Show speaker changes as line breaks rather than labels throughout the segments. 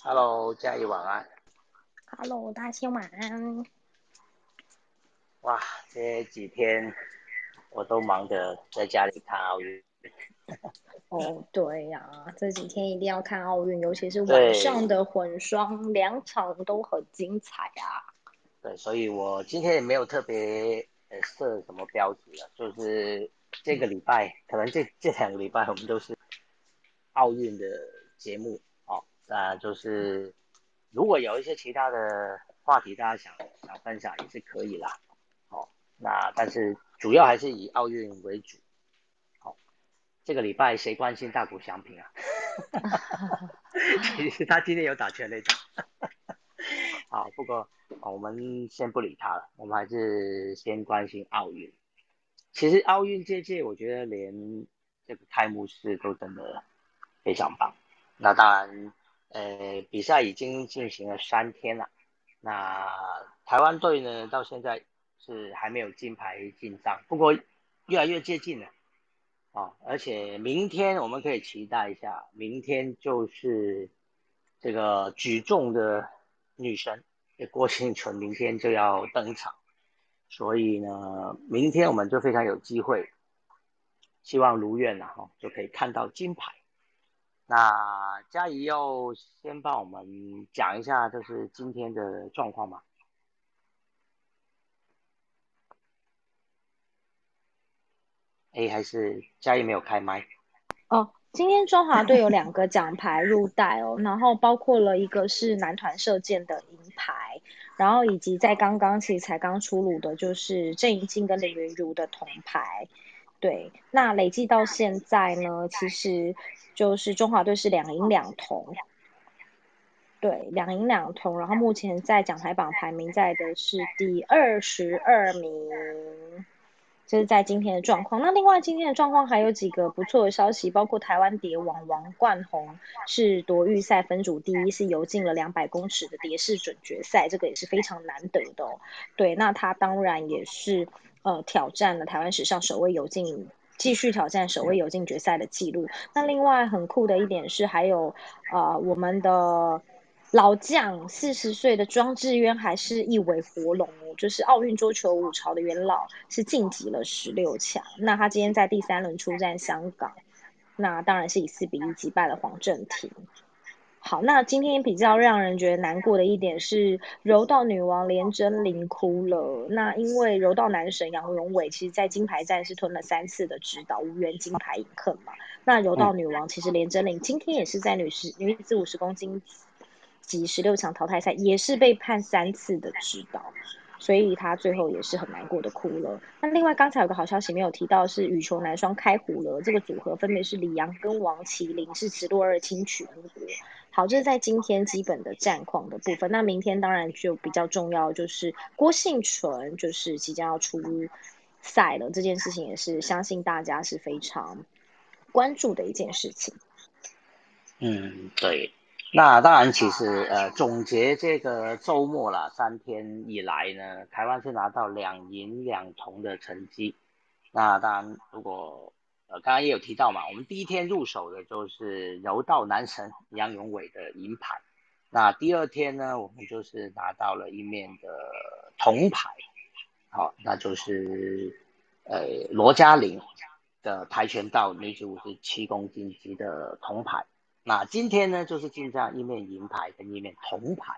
Hello，嘉怡晚安。
Hello，大家晚安。
哇，这几天我都忙着在家里看奥运。
哦，对呀，这几天一定要看奥运，尤其是晚上
对
的混双，两场都很精彩啊。
对，所以我今天也没有特别设什么标题了，就是这个礼拜，可能这2个礼拜我们都是奥运的节目哦。那就是如果有一些其他的话题大家想分享也是可以啦。哦，那但是主要还是以奥运为主。好，这个礼拜谁关心大谷翔平啊？其实他今天有打全垒打。好，不过我们先不理他了，我们还是先关心奥运。其实奥运这届我觉得连这个开幕式都真的非常棒。那当然，比赛已经进行了3天了。那台湾队呢，到现在是还没有金牌进账，不过越来越接近了。而且明天我们可以期待一下，明天就是这个举重的女神郭婞淳明天就要登场，所以呢，明天我们就非常有机会，希望如愿就可以看到金牌。那嘉怡要先帮我们讲一下，就是今天的状况吗？还是嘉怡没有开麦？
哦，今天中华队有2个奖牌入袋哦，然后包括了一个是男团射箭的银牌，然后以及在刚刚其实才刚出炉的就是郑怡静跟林昀儒的铜牌。对，那累计到现在呢，其实就是中华队是2银2铜，对，2银2铜，然后目前在奖牌榜排名在的是第22名，这是在今天的状况。那另外今天的状况还有几个不错的消息，包括台湾蝶王王冠宏是夺预赛分组第一，是游进了200公尺的蝶式准决赛，这个也是非常难得的哦。对，那他当然也是挑战了台湾史上首位游进。继续挑战首位游进决赛的记录。那另外很酷的一点是，还有我们的老将40岁的庄智渊还是一尾活龙哦，就是奥运桌球五朝的元老，是晋级了16强。那他今天在第3轮出战香港，那当然是以4-1击败了黄镇廷。好，那今天比较让人觉得难过的一点是，柔道女王连真玲哭了。那因为柔道男神杨永伟，其实在金牌战是吞了3次的指导，无缘金牌饮恨嘛。那柔道女王其实连真玲今天也是在女子50公斤级16强淘汰赛，也是被判3次的指导。所以她最后也是很难过的哭了。那另外刚才有个好消息没有提到，是羽球男双开胡了，这个组合分别是李阳跟王麒麟，是直落2轻取英国。好，这是在今天基本的战况的部分。那明天当然就比较重要，就是郭婞淳就是即将要出赛了，这件事情也是相信大家是非常关注的一件事情。
对。那当然，其实总结这个周末啦，3天以来呢，台湾是拿到2银2铜的成绩。那当然，如果刚刚也有提到嘛，我们第一天入手的就是柔道男神杨永伟的银牌。那第二天呢，我们就是拿到了一面的铜牌。好，那就是罗嘉玲的跆拳道女子57公斤级的铜牌。那今天呢，就是进账一面银牌跟一面铜牌。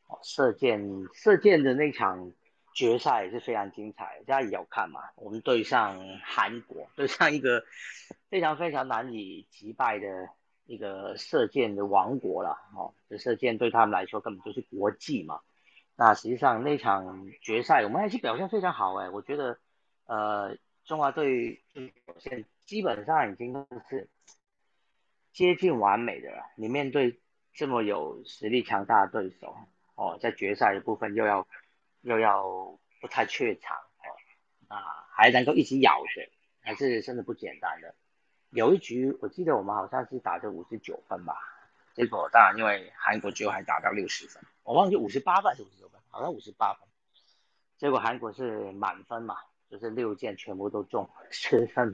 射箭的那场决赛也是非常精彩，大家也有看嘛？我们对上韩国，对上一个非常非常难以击败的一个射箭的王国了。这射箭对他们来说根本就是国际嘛。那实际上那场决赛我们还是表现非常好我觉得中华队表现基本上已经是接近完美的了。你面对这么有实力强大的对手在决赛的部分又要不太怯场还能够一直咬着，还是真的不简单的。有一局我记得我们好像是打着59分吧，结果当然因为韩国最后还打到60分，我忘记58分还是59分，好像58分。结果韩国是满分嘛，就是6箭全部都中，10分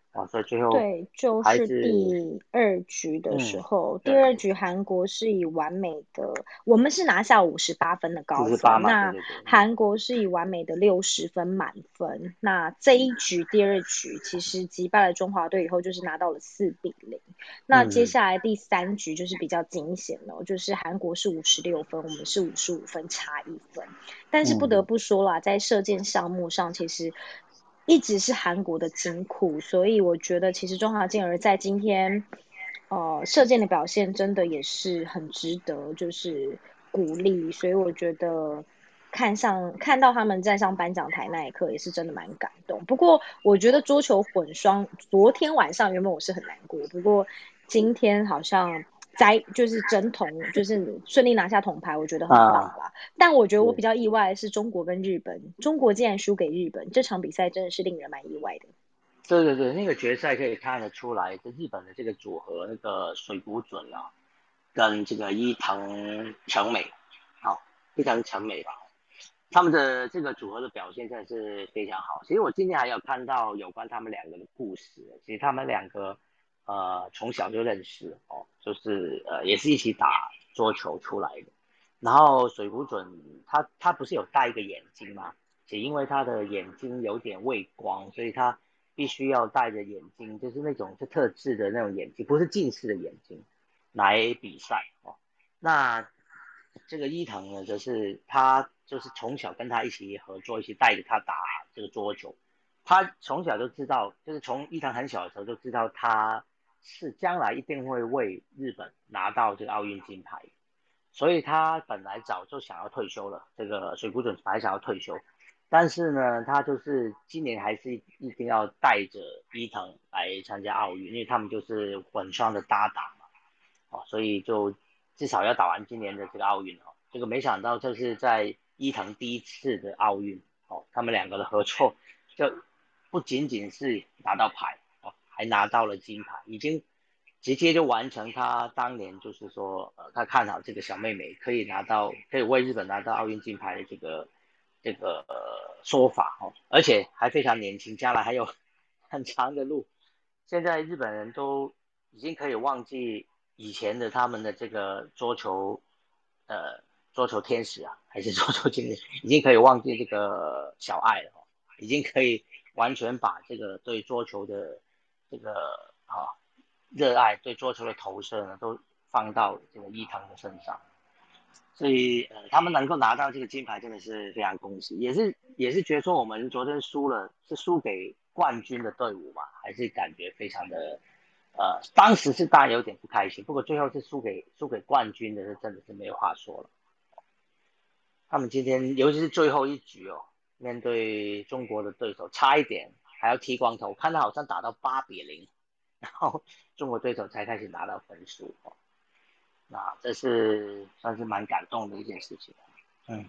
所以最后
对，就
还
是
是
第二局的时候，第
对，
二局韩国是以完美的，我们是拿下58分的高分，
58嘛，对
那
对对，
韩国是以完美的60分满分。那这一局第二局其实击败了中华队以后，就是拿到了4-0。那接
嗯
下来第三局就是比较惊险了，就是韩国是56分，我们是55分，差1分。但是不得
嗯
不说啦，在射箭项目上，其实一直是韩国的金库，所以我觉得其实中华健儿在今天，射箭的表现真的也是很值得就是鼓励，所以我觉得看到他们站上颁奖台那一刻，也是真的蛮感动。不过我觉得桌球混双，昨天晚上原本我是很难过，不过今天好像就是争铜，就是顺利拿下铜牌，我觉得很棒
啊，
啦。但我觉得我比
是。
较意外的是中国跟日本，中国竟然输给日本，这场比赛真的是令人蛮意外的。
对对对，那个决赛可以看得出来，这日本的这个组合，那个水谷隼啊，跟这个伊藤诚美，好，伊藤诚美吧，他们的这个组合的表现真的是非常好。其实我今天还有看到有关他们两个的故事，其实他们两个从小就认识就是也是一起打桌球出来的。然后水谷隼他不是有戴一个眼镜吗？只因为他的眼睛有点畏光，所以他必须要戴着眼镜，就是那种是特制的那种眼镜，不是近视的眼镜来比赛那这个伊藤呢，就是他就是从小跟他一起合作，一起带着他打这个桌球。他从小就知道，就是从伊藤很小的时候就知道他是将来一定会为日本拿到这个奥运金牌。所以他本来早就想要退休了，这个水谷隼本来想要退休，但是呢，他就是今年还是一定要带着伊藤来参加奥运，因为他们就是混双的搭档嘛，所以就至少要打完今年的这个奥运这个没想到这是在伊藤第一次的奥运他们两个的合作就不仅仅是拿到牌还拿到了金牌，已经直接就完成他当年就是说他看好这个小妹妹可以为日本拿到奥运金牌的这个说法而且还非常年轻，将来还有很长的路。现在日本人都已经可以忘记以前的他们的这个呃桌球天使还是桌球精灵，已经可以忘记这个小爱了已经可以完全把这个对桌球的这个热爱，对桌球的投射呢，都放到这个伊藤的身上。所以他们能够拿到这个金牌真的是非常恭喜，也是觉得说我们昨天输了是输给冠军的队伍嘛，还是感觉非常的当时是当然有点不开心，不过最后是输给冠军的，是真的是没有话说了。他们今天尤其是最后一局面对中国的对手，差一点还要剃光头，看他好像打到8-0，然后中国对手才开始拿到分数那这是算是蛮感动的一件事情。嗯，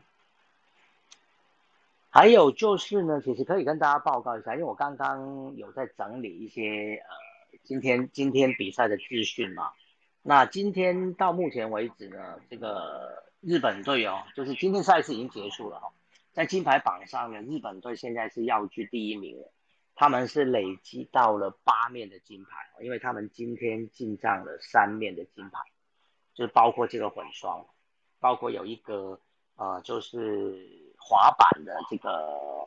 还有就是呢，其实可以跟大家报告一下，因为我刚刚有在整理一些今天比赛的资讯嘛。那今天到目前为止呢，这个日本队就是今天赛事已经结束了在金牌榜上呢，日本队现在是要居第一名了，他们是累积到了8面的金牌，因为他们今天进账了3面的金牌，就是包括这个混双，包括有一个就是滑板的这个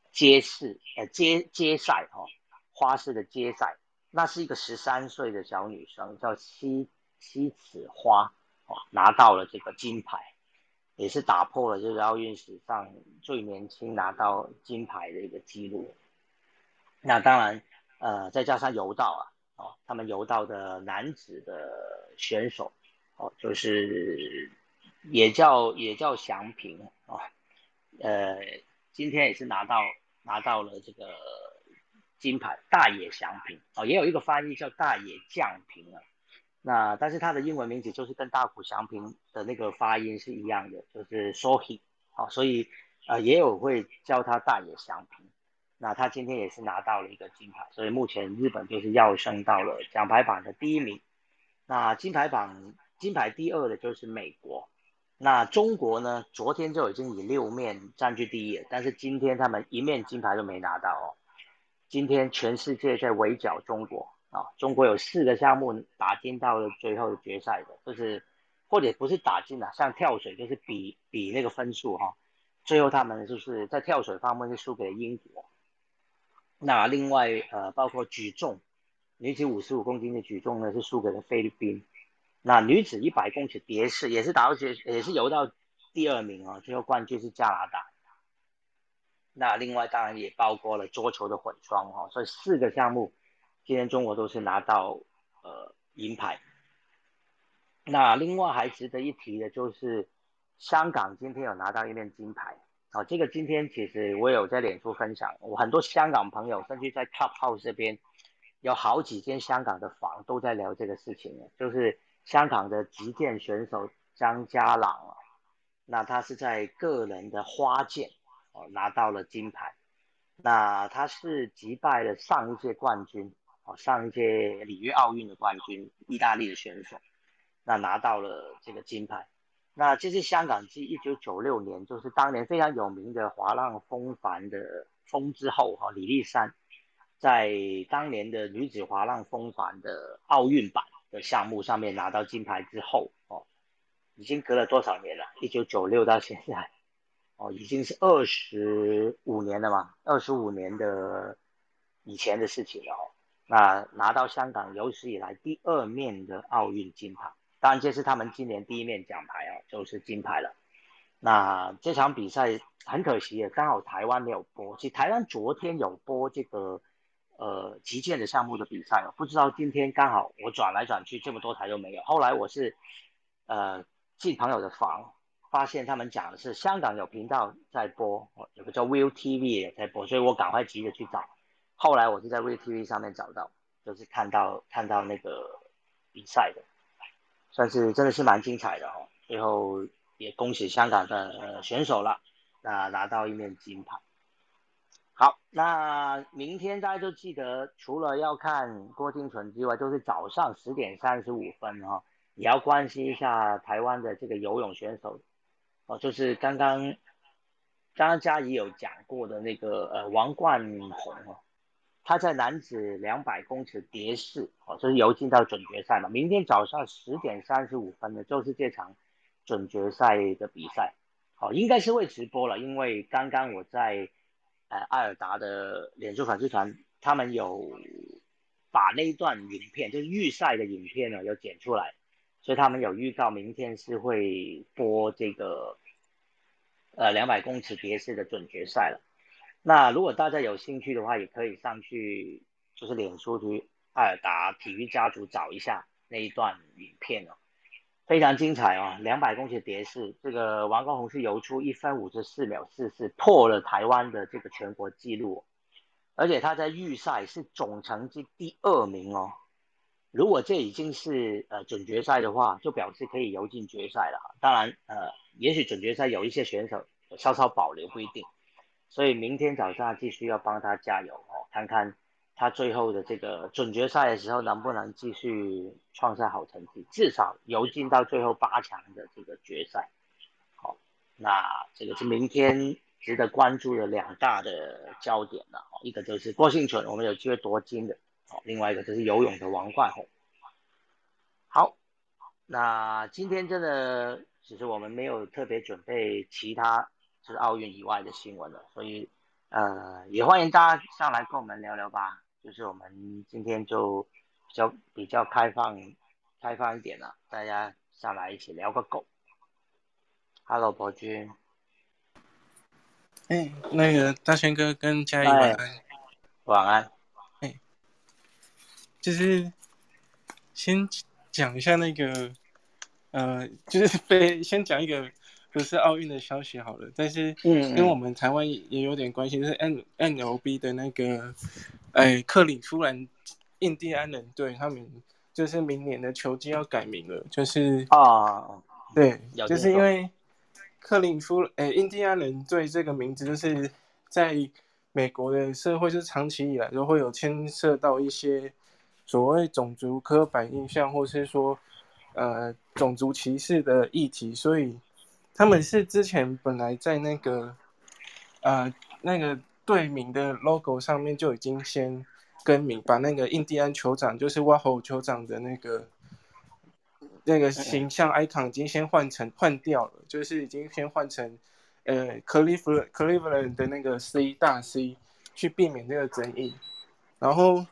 街赛花式的街赛，那是一个13岁的小女生叫西子花拿到了这个金牌，也是打破了这个奥运史上最年轻拿到金牌的一个记录。那当然再加上柔道他们柔道的男子的选手就是也叫祥平呃，今天也是拿到了这个金牌，大野祥平也有一个翻译叫大野将平那但是他的英文名字就是跟大谷翔平的那个发音是一样的，就是 Sohi 所以也有会叫他大野祥平。那他今天也是拿到了一个金牌，所以目前日本就是要升到了奖牌榜的第一名。那金牌第二的就是美国。那中国呢，昨天就已经以6面占据第一了，但是今天他们1面金牌都没拿到今天全世界在围剿中国啊，中国有4个项目打进到了最后的决赛的，就是或者不是打进了，像跳水就是比那个分数哈，最后他们就是在跳水方面是输给了英国。那另外包括举重，女子55公斤的举重呢是输给了菲律宾。那女子100公尺蝶式也是游到第2名啊，最后冠军是加拿大。那另外当然也包括了桌球的混双哈，所以4个项目今天中国都是拿到银牌。那另外还值得一提的就是香港今天有拿到1面金牌。好，这个今天其实我有在脸书分享，我很多香港朋友甚至在 Clubhouse 这边有好几间香港的房都在聊这个事情，就是香港的击剑选手张家朗，那他是在个人的花剑拿到了金牌。那他是击败了上一届冠军上一届里约奥运的冠军意大利的选手，那拿到了这个金牌。那这是香港继1996年就是当年非常有名的滑浪风帆的风之后李丽珊在当年的女子滑浪风帆的奥运版的项目上面拿到金牌之后已经隔了多少年了？1996到现在已经是25年了嘛，25年的以前的事情了那拿到香港有史以来第2面的奥运金牌，当然这是他们今年第1面奖牌就是金牌了。那这场比赛很可惜刚好台湾没有播，其实台湾昨天有播这个击剑的项目的比赛不知道今天刚好我转来转去这么多台都没有。后来我是进朋友的房，发现他们讲的是香港有频道在播，有个叫 ViuTV 也在播，所以我赶快急着去找。后来我是在 ViuTV 上面找到，就是看到那个比赛的，算是真的是蛮精彩的最后也恭喜香港的选手了，拿到1面金牌。好，那明天大家就记得，除了要看郭婧淳之外，都是早上10点35分也要关心一下台湾的这个游泳选手就是刚刚嘉怡有讲过的那个王冠宏他在男子200公尺蝶式就是游进到准决赛嘛。明天早上10点35分呢，就是这场准决赛的比赛应该是会直播了，因为刚刚我在艾尔达的脸书粉丝团，他们有把那一段影片，就是预赛的影片呢，有剪出来，所以他们有预告明天是会播这个200公尺蝶式的准决赛了。那如果大家有兴趣的话，也可以上去就是脸书去艾尔达体育家族找一下那一段影片非常精彩200公尺蝶式，这个王高宏是游出1分54秒44，破了台湾的这个全国纪录而且他在预赛是总成绩第2名如果这已经是准决赛的话，就表示可以游进决赛了。当然也许准决赛有一些选手稍稍保留，不一定。所以明天早上继续要帮他加油看看他最后的这个准决赛的时候能不能继续创下好成绩，至少游进到最后8强的这个决赛。好，那这个是明天值得关注的2大的焦点了一个就是郭婧淳，我们有机会夺金的另外一个就是游泳的王冠宏。好，那今天真的其实我们没有特别准备其他就是奥运以外的新闻了，所以也欢迎大家上来跟我们聊聊吧。就是我们今天就比较开放一点了，大家上来一起聊个够。Hello， 博君。
那个大轩哥跟嘉怡晚安。
晚安。
就是先讲一下那个就是先讲一个不是奥运的消息好了，但是跟我们台湾也有点关系，就是 MLB 的那个克里夫兰印第安人队，他们就是明年的球季要改名了，就是对，就是因为印第安人队这个名字，就是在美国的社会是长期以来都会有牵涉到一些所谓种族刻板印象，或是说种族歧视的议题，所以他们是之前本来在那个队名的 logo 上面就已经先更名，把那个印第安酋长，就是挖猴酋长的那个形象 icon 已经先换掉了，就是已经先换成Cleveland 的那个 C 大 C， 去避免这个争议。然后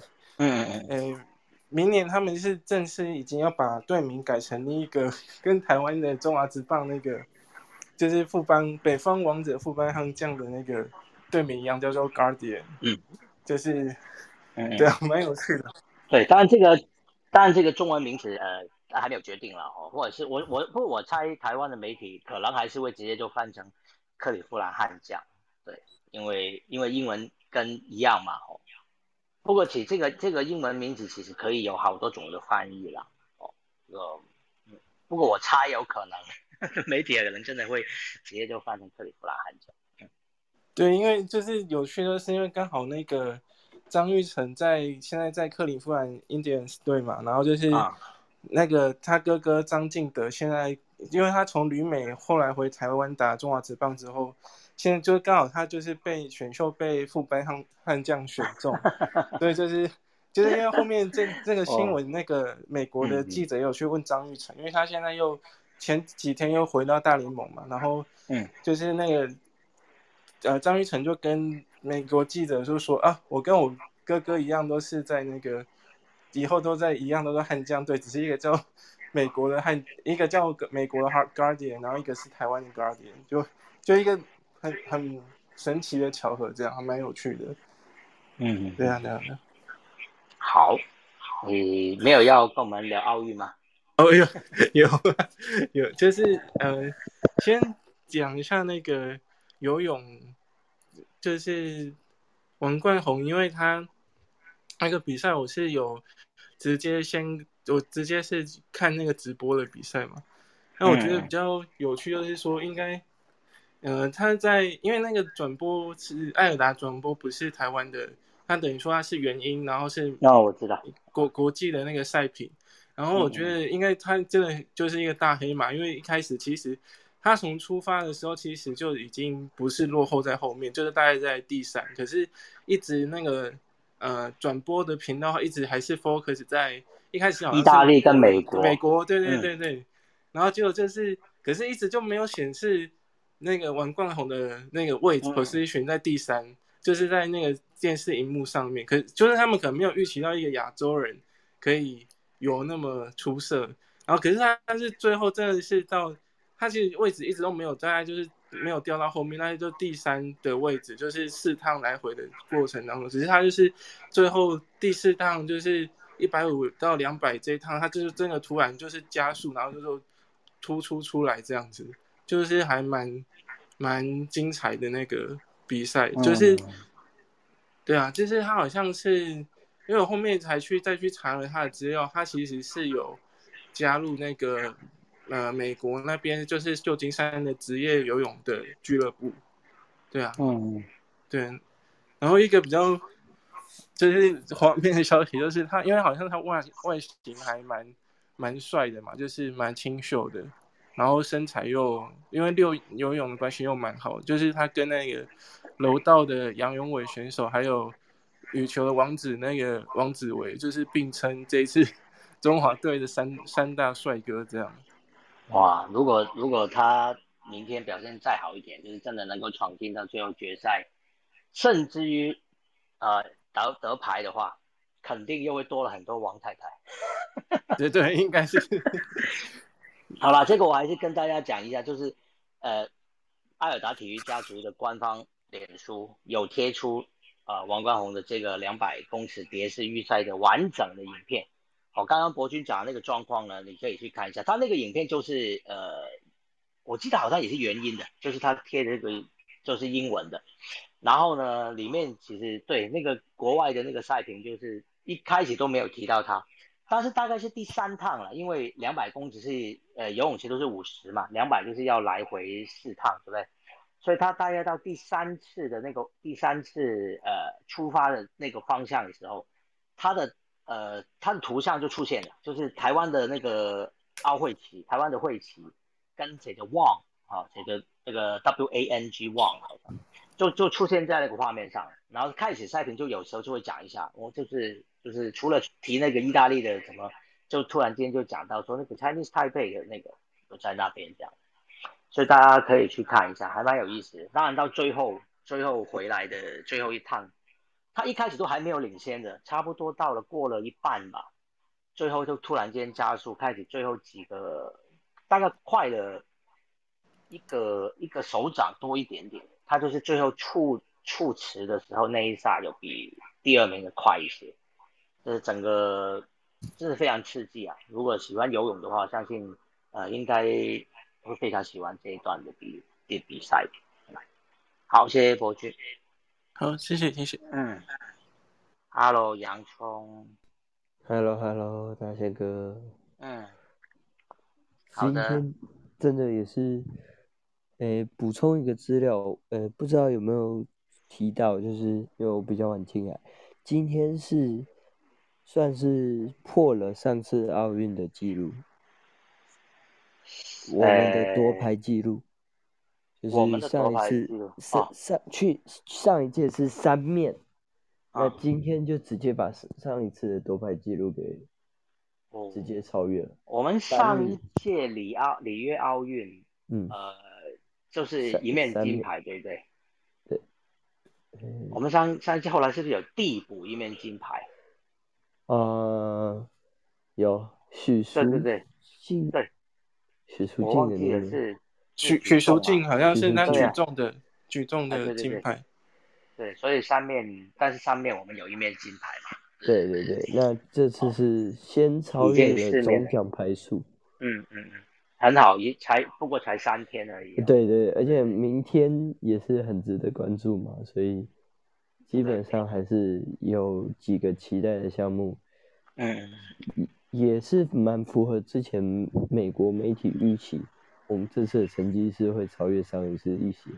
明年他们是正式已经要把队名改成一个跟台湾的中华职棒那个就是北方王者富邦悍将的那个队名一样，叫做 Guardian。就是对啊，蛮有趣的。
对，当然这个中文名字还没有决定了哦，或者是我猜台湾的媒体可能还是会直接就翻成克利夫兰悍将，对，因为英文跟一样嘛哦。不过其实这个英文名字其实可以有好多种的翻译啦哦，不过我猜有可能媒体可能真的会直接就翻成克利夫兰悍将。
对，因为就是有趣的是，因为刚好那个张育成现在在克利夫兰 Indians 队嘛，然后就是那个他哥哥张进德现在，因为他从旅美后来回台湾打中华职棒之后，现在就刚好他就是被选秀被富邦悍将选中，所以就是因为后面这个新闻，那个美国的记者有去问张育成，因为他现在前几天又回到大联盟嘛，然后就是那个。张育成就跟美国记者就说啊，我跟我哥哥一样，都是在那个以后都一样都是悍将队，只是一个叫美国的一个叫美国的 Guardian， 然后一个是台湾的 Guardian， 就一个很神奇的巧合，这样还蛮有趣的。对啊。
好，你没有要跟我们聊奥运吗？
哦，有，就是先讲一下那个游泳。就是王冠宏，因为他那个比赛我直接是看那个直播的比赛嘛。那我觉得比较有趣就是说，应该他因为那个转播是艾尔达转播，不是台湾的，他等于说他是原音，然后是
我知道
国际的那个赛品。然后我觉得应该他真的就是一个大黑马，因为一开始其实他从出发的时候其实就已经不是落后在后面，就是大概在第3，可是一直那个转播的频道一直还是 focus 在一开始好像是
意大利跟美国，
对。然后结果可是一直就没有显示那个王冠宏的那个位置 position 在第3，就是在那个电视荧幕上面，就是他们可能没有预期到一个亚洲人可以有那么出色，然后可是他是最后真的是他其实位置一直都没有，大概就是没有掉到后面，那就第3的位置，就是4趟来回的过程当中，只是他就是最后第4趟就是150到200这一趟，他就是真的突然就是加速，然后就突出来这样子，就是还蛮精彩的那个比赛，就是对啊，就是他好像是。因为我后面再去查了他的资料，他其实是有加入那个美国那边就是旧金山的职业游泳的俱乐部，对啊，对。然后一个比较就是方面的消息就是他，因为好像他外形还蛮帅的嘛，就是蛮清秀的，然后身材又因为游泳的关系又蛮好，就是他跟那个柔道的杨永伟选手还有。羽球的王子那个王子维就是并称这一次中华队的三大帅哥这样。
哇，如果他明天表现再好一点，就是真的能够闯进到最后决赛，甚至于得牌的话，肯定又会多了很多王太太。
对，应该是。
好啦，这个我还是跟大家讲一下，就是艾尔达体育家族的官方脸书有贴出王冠宏的这个200公尺蝶式预赛的完整的影片。刚刚博君讲的那个状况呢，你可以去看一下，他那个影片就是我记得好像也是原音的，就是他贴的这个就是英文的。然后呢，里面其实对那个国外的那个赛评，就是一开始都没有提到他，但是大概是第3趟了，因为200公尺是游泳池都是50嘛，200就是要来回4趟，对不对？所以他大概到第3次出发的那个方向的时候，他的图像就出现了，就是台湾的那个会旗，台湾的会旗跟这个 Wang 这个WANG Wang 就出现在那个画面上，然后开始赛评就有时候就会讲一下，就是除了提那个意大利的什么，就突然间就讲到说那个 Chinese Taipei 的那个就在那边这样，所以大家可以去看一下，还蛮有意思的。当然到最后回来的最后一趟，他一开始都还没有领先的，差不多过了一半吧，最后就突然间加速，开始最后几个大概快了一个手掌多一点点，他就是最后触池的时候那一刹有比第二名的快一些，就是整个真的非常刺激啊！如果喜欢游泳的话，相信应该会非常喜欢这一段的比赛。好，谢谢伯君。
好，谢谢谢谢。
Hello 洋葱。
Hello 大仙哥。
好的。
今天真的也是，补充一个资料，不知道有没有提到，就是因为我比较晚进来，今天算是破了上次奥运的记录，我们的夺牌记录，就是上一次上一届是3面，那今天就直接把上一次的夺牌记录给直接超越了。
我们上一届里约奥运，就是一面金牌，对不对？
对。
我们上一届后来是不是有递补一面金牌？
有许淑净，
对，
许淑净
我忘记了是
许淑净好像是那举重的金牌。
对，所以但是3面我们有一面金牌嘛。
对，那这次是先超越了总奖牌数。
很好，不过才3天而已。
对，而且明天也是很值得关注嘛，所以基本上还是有几个期待的项目。也是蛮符合之前美国媒体预期，我们这次的成绩是会超越上一次一些。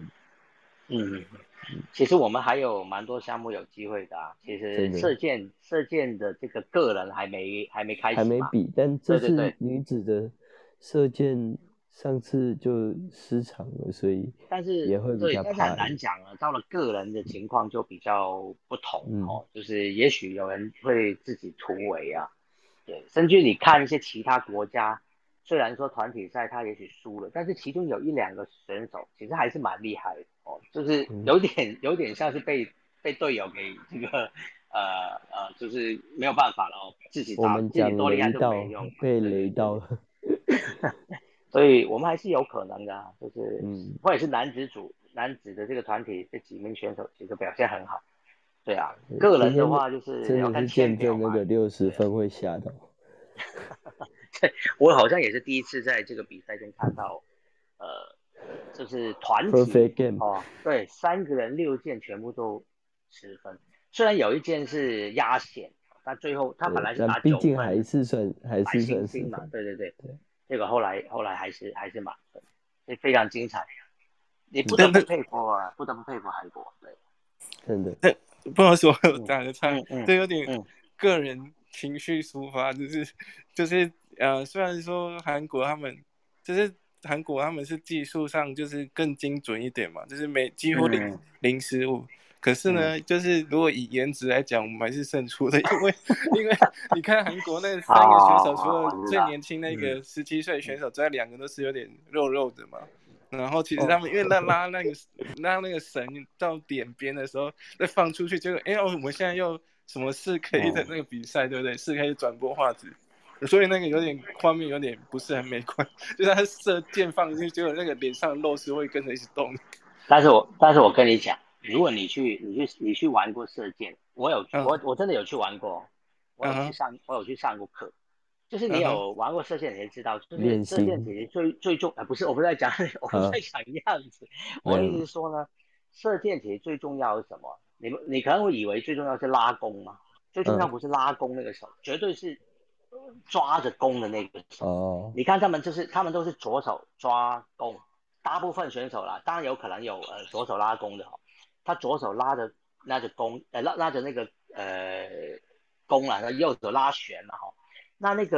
其实我们还有蛮多项目有机会的啊。其实射箭的这个个人还没开始，
还没比，但这次女子的射箭上次就失常了，所以也会比较怕。
但是很难讲了，到了个人的情况就比较不同就是也许有人会自己突围啊，对，甚至你看一些其他国家，虽然说团体赛他也许输了，但是其中有1-2个选手其实还是蛮厉害的就是有点像是被队友给这个就是没有办法了自己多厉害都没用，
被雷到了。
所以我们还是有可能的啊，就是或者是男子的这个团体这几名选手其实表现很好，对啊，个人的话就是要看
见证那个60分会吓到。
对，我好像也是第一次在这个比赛中看到，就是团体对，3个人6件全部都10分，虽然有一件是压线，但最后他本来是打9分，
毕竟还是算
10分嘛，对，这个后来还是满分，所以非常精彩。你不得不佩服韩国，对，
真的。
不好说，我打个岔，这有点个人情绪抒发，就是虽然说韩国他们是技术上就是更精准一点嘛，就是几乎零失误。可是呢，就是如果以颜值来讲，我们还是胜出的，因为你看韩国那3个选手，除了最年轻那个17岁选手之外，2个都是有点肉的嘛。然后其实他们因为拉那个绳到点边的时候再放出去，结果我们现在又什么4K 的那个比赛，对不对？4K 转播画质，所以那个画面有点不是很美观，就是他射箭放进去，结果那个脸上的肉丝会跟着一起动。
但是我跟你讲，如果你去玩过射箭，我真的有去玩过，我有去上过课。就是你有玩过射箭，你也知道，就是射箭其实最重不是我不是在讲样子，我的意思是说呢，射箭其实最重要是什么？你可能会以为最重要是拉弓嘛，最重要不是拉弓那个手，绝对是抓着弓的那个手。你看他们都是左手抓弓，大部分选手啦，当然有可能有左手拉弓的他左手拉着弓，拉着那个弓啦，右手拉弦嘛那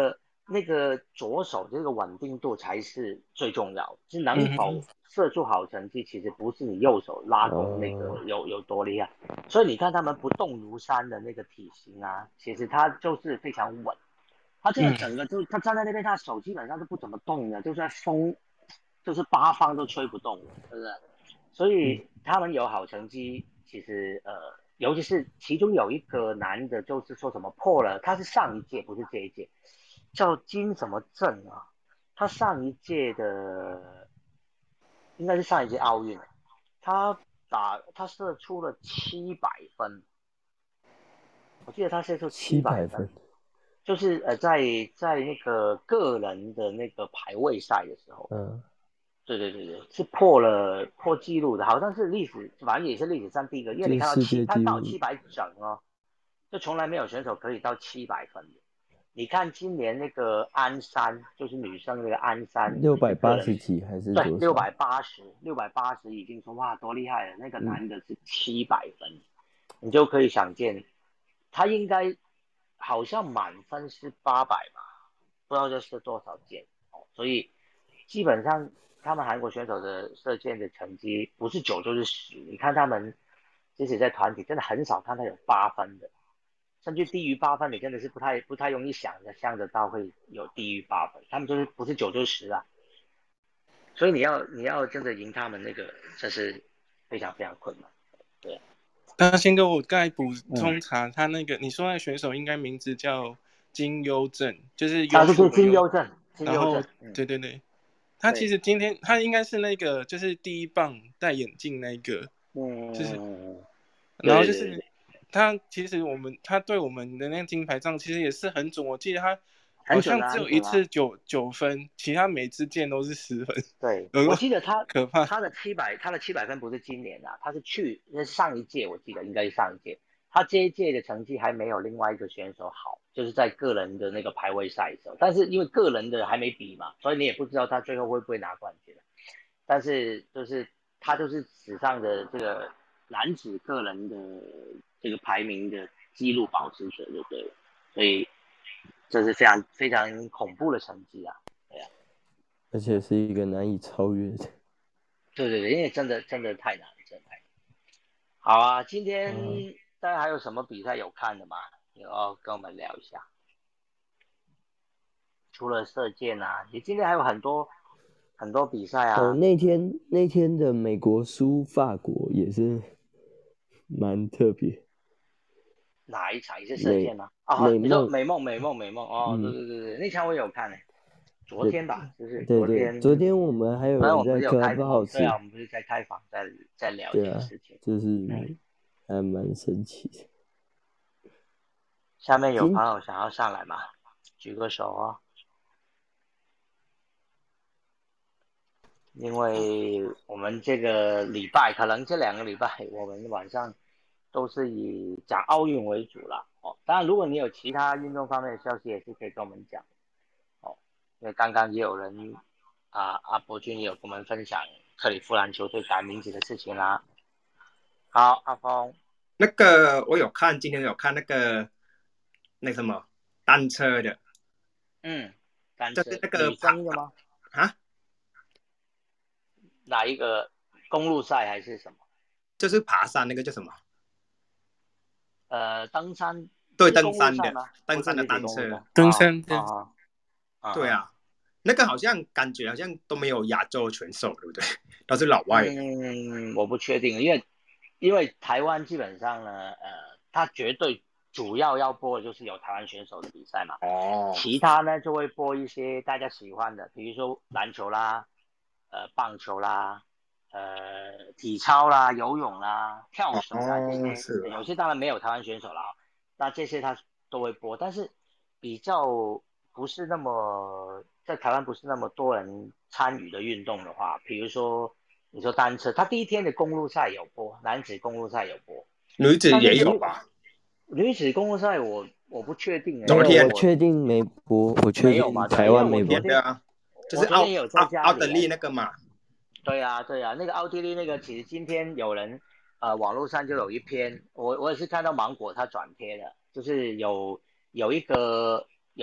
那个左手这个稳定度才是最重要，是能否射出好成绩，其实不是你右手拉弓那个有多厉害。所以你看他们不动如山的那个体型啊，其实他就是非常稳。他这个整个就他站在那边，他手基本上是不怎么动的，就算风就是八方都吹不动了，是不是？所以他们有好成绩，其实尤其是其中有一个男的，就是说什么破了，他是上一届不是这一届，叫金什么正啊？他上一届的应该是上一届奥运，他射出了700分，我记得他射出700分，就是在那个个人的那个排位赛的时候，对，是破纪录的，好像是历史，反正也是历史上第一个，因为你看到他到700整哦，就从来没有选手可以到700分的。你看今年那个安山，就是女生那个安山
，680几还是多少？
对，680已经说哇多厉害了，那个男的是700分，你就可以想见，他应该好像满分是800吧，不知道这是多少箭哦，所以基本上他们韩国选手的射箭的成绩不是9就是10，你看他们即使在团体真的很少看到有8分的。甚至低于8分，你真的是不太容易想得到会有低于8分，他们就是不是9就是10啊，所以你要真的赢他们那个，这是非常非常困难。对，
那先跟我刚才补充查，他那个你说的选手应该名字叫金优正，就是
他是金优正，
然后对，他其实今天他应该是那个就是第一棒戴眼镜那个，就是然后就是他其实他对我们的那个金牌杖其实也是很准，我记得他好像只有一次9分，其他每支箭都是10分。
对，我记得他
可怕，
他的700分不是今年啊，他是上一届，我记得应该是上一届，他这一届的成绩还没有另外一个选手好，就是在个人的那个排位赛的时候，但是因为个人的还没比嘛，所以你也不知道他最后会不会拿冠军。但是就是他就是史上的这个男子个人的这个排名的纪录保持者，就对了，所以这是非常非常恐怖的成绩啊，对啊，
而且是一个难以超越的。
对，因为真的太难了，真的太难。好啊，今天大家还有什么比赛有看的吗？有要跟我们聊一下。除了射箭啊，你今天还有很多比赛啊。
那天的美国输法国也是蛮特别。
哪一场也是射箭吗？你说美梦哦，对，那场我有看昨天吧，就是
昨天我们还有人在开房，
对啊，我们不是在开房在聊这件事情，
就是还蛮神奇的。
下面有朋友想要上来吗？举个手哦。因为我们这个礼拜，可能这2个礼拜，我们晚上都是以讲奥运为主啦。当然，如果你有其他运动方面的消息，也是可以跟我们讲。因为刚刚也有人阿伯君也有跟我们分享克里夫兰球队改名字的事情啦。好，阿峰，
那个我有看，今天有看那个什么单车的，
单车，
就是那个
女生的吗？
啊？
哪一个公路赛还是什么？
就是爬山那个叫什么？
登山。
对，登山的单车，
登山
的。
对啊，那个好像感觉好像都没有亚洲选手，对不对？都是老外。
我不确定，因为台湾基本上呢，他绝对主要播的就是有台湾选手的比赛嘛。其他呢就会播一些大家喜欢的，比如说篮球啦，棒球啦，体操啦，游泳啦，跳绳啦，这些有些当然没有台湾选手啦，那这些他都会播，但是比较不是那么在台湾不是那么多人参与的运动的话，比如说你说单车，他第一天的公路赛有播，男子公路赛有播，
女子也有吧？
女子公路赛我不确定
我确定没播，我确定台湾没播
的，就是奥地利那个嘛。
对啊，那个奥地利那个，其实今天有人网络上就有一篇，我也是看到芒果他转贴的，就是有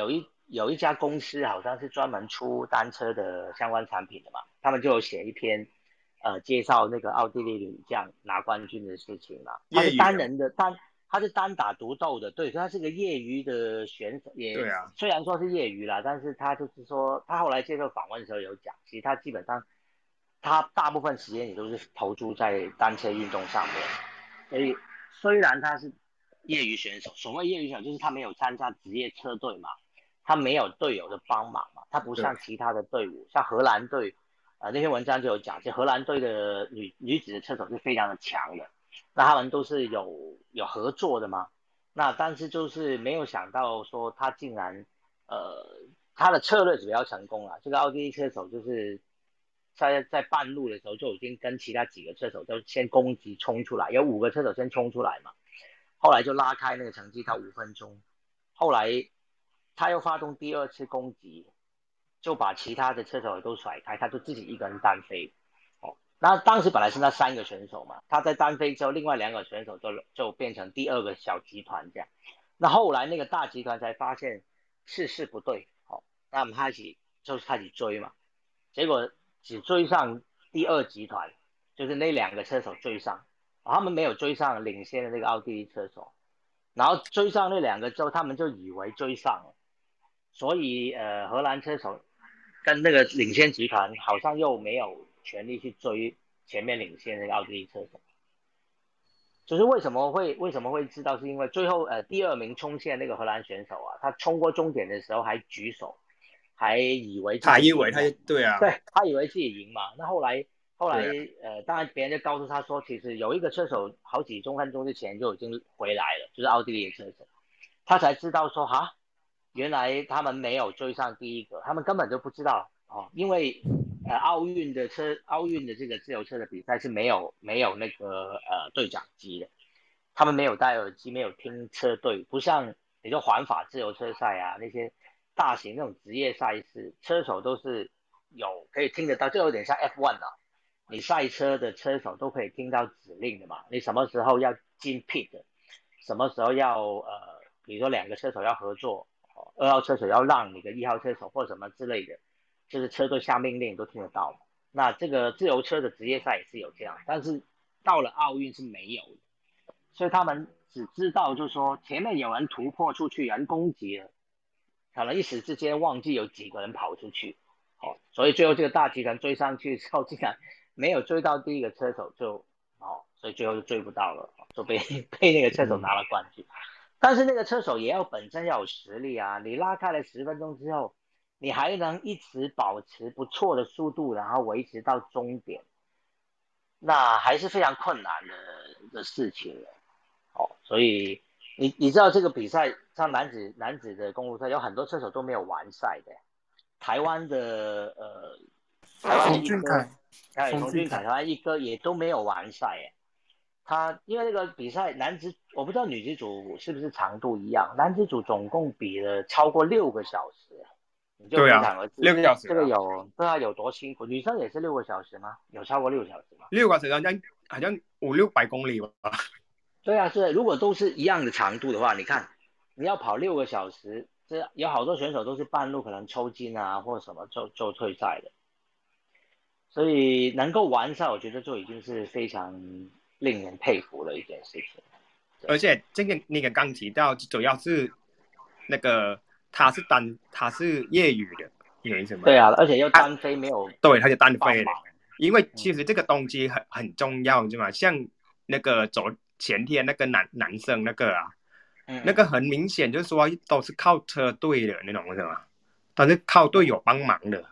有一家公司好像是专门出单车的相关产品的嘛，他们就有写一篇介绍那个奥地利女将拿冠军的事情嘛。他是单人的他是单打独斗的，对，所以他是个业余的选手，也
对啊，
虽然说是业余啦，但是他就是说他后来接受访问的时候有讲，其实他基本上他大部分时间也都是投注在单车运动上面，所以虽然他是业余选手，所谓业余选手就是他没有参加职业车队嘛，他没有队友的帮忙嘛，他不像其他的队伍，像荷兰队，那篇文章就有讲，就荷兰队的女子的车手是非常的强的，那他们都是有合作的嘛，那但是就是没有想到说他竟然他的策略比较成功了，这个奥地利车手就是在半路的时候就已经跟其他几个车手就先攻击冲出来，有5个车手先冲出来嘛，后来就拉开那个成绩到5分钟，后来他又发动第2次攻击，就把其他的车手都甩开，他就自己一个人单飞。那当时本来是那3个选手嘛，他在单飞之后，另外2个选手就变成第2个小集团这样。那后来那个大集团才发现事不对，那我们开始追嘛，结果只追上第2集团，就是那2个车手追上，他们没有追上领先的那个奥地利车手，然后追上那2个之后，他们就以为追上了，所以荷兰车手跟那个领先集团好像又没有全力去追前面领先那个奥地利车手。就是为什么会知道，是因为最后第2名冲线那个荷兰选手啊，他冲过终点的时候还举手，还以为
他对啊，
对，他以为自己赢嘛。那后来当然别人就告诉他说，其实有一个车手好几分钟之前就已经回来了，就是奥地利的车手，他才知道说原来他们没有追上第1个，他们根本就不知道因为奥运的这个自由车的比赛是没有那个对讲机的，他们没有戴耳机，没有听车队，不像比如说环法自由车赛啊那些大型那种职业赛事，车手都是可以听得到，就有点像 F1 啊，你赛车的车手都可以听到指令的嘛，你什么时候要进 pit， 什么时候要比如说2个车手要合作，2号车手要让你的1号车手或什么之类的，就是车队下命令都听得到。那这个自由车的职业赛也是有这样，但是到了奥运是没有的，所以他们只知道就是说前面有人突破出去，有人攻击了，可能一时之间忘记有几个人跑出去，所以最后这个大集团追上去之后，竟然没有追到第1个车手，所以最后就追不到了，就被那个车手拿了冠军。但是那个车手也本身要有实力啊，你拉开了10分钟之后，你还能一直保持不错的速度，然后维持到终点，那还是非常困难的事情了。所以你知道这个比赛像男子的公路赛有很多车手都没有完赛的，台湾的一哥，冯俊凯台湾一哥也都没有完赛他因为那个比赛男子我不知道女子组是不是长度一样，男子组总共比了超过6个小时，你就可想而知
6个小时
这个有多辛苦。女生也是6个小时吗？有超过6个小时吗
？6个小时好像500-600公里吧。
对啊，是如果都是一样的长度的话，你看你要跑6个小时，这有好多选手都是半路可能抽筋啊或什么就退赛的，所以能够完赛，我觉得就已经是非常令人佩服的一件事情。
而且这个你刚提到，主要是那个他是业余的，有意思吗？
对啊，而且又单飞没有，
对，他就单飞了。因为其实这个东西很重要，对吗？像那个前天那个男生那个那个很明显就是说都是靠车队的那种，是吗？他是靠队友帮忙的。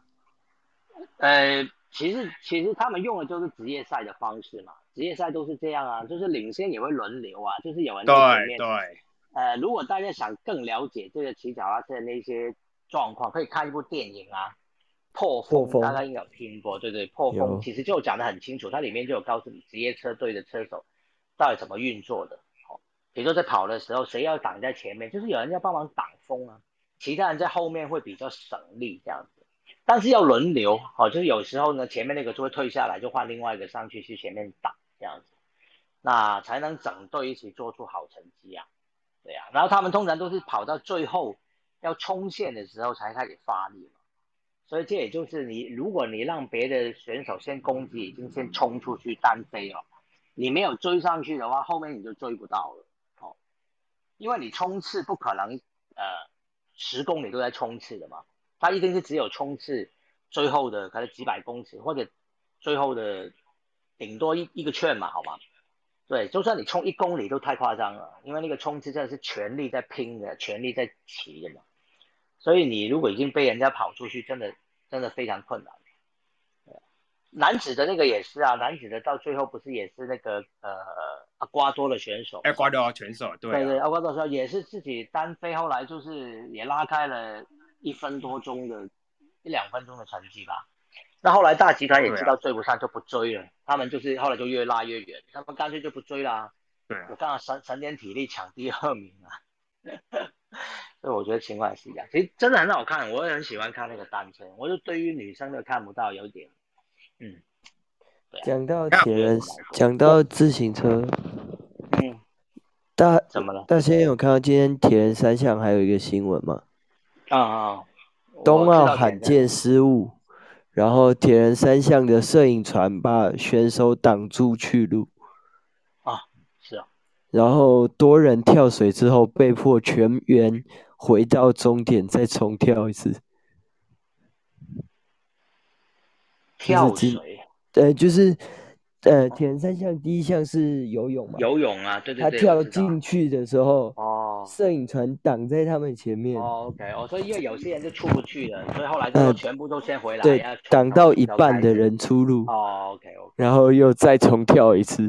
其实他们用的就是职业赛的方式嘛，职业赛都是这样啊，就是领先也会轮流啊，就是有人在前面。
对。
如果大家想更了解这个骑脚踏车的那些状况，可以看一部电影啊，破风，大家应该有听过，对对，破风其实就讲得很清楚，它里面就有告诉你职业车队的车手到底怎么运作的。比如说在跑的时候，谁要挡在前面，就是有人要帮忙挡风啊，其他人在后面会比较省力这样子。但是要轮流，就是有时候呢，前面那个就会退下来，就换另外一个上去前面挡这样子，那才能整队一起做出好成绩啊。对啊，然后他们通常都是跑到最后要冲线的时候才开始发力嘛。所以这也就是如果你让别的选手先攻击，已经先冲出去单飞了，你没有追上去的话，后面你就追不到了。因为你冲刺不可能10公里都在冲刺的嘛，它一定是只有冲刺最后的可能几百公尺，或者最后的顶多一个圈嘛，好吗？对，就算你冲1公里都太夸张了，因为那个冲刺真的是全力在拼的，全力在骑的嘛。所以你如果已经被人家跑出去，真的非常困难。男子的那个也是啊，男子的到最后不是也是那个阿瓜多的选手，
阿瓜多选手，对、啊、
对，阿瓜多选手也是自己单飞，后来就是也拉开了1分多钟的1-2分钟的成绩吧。那后来大集团也知道追不上就不追了，他们就是后来就越拉越远，他们干脆就不追啦。
对，
我刚好省点体力抢第2名啊。所以我觉得情况也是一样，其实真的很好看，我也很喜欢看那个单车，我就对于女生的看不到有点，对、啊。
讲到铁人，讲到自行车，
怎么了？
大仙有看到今天铁人3项还有一个新闻吗？
冬
奥罕见失误，然后铁人3项的摄影船把选手挡住去路。
是啊。
然后多人跳水之后被迫全员回到终点再重跳一次。
跳水？
就是铁人3项第一项是游泳嘛？
游泳啊，对对
对。他跳进去的时候，摄影船挡在他们前面。
OK， 所以因为有些人就出不去了，所以后来就全部都先回来。
对，挡到一半的人出路。
OK，
然后又再重跳一次。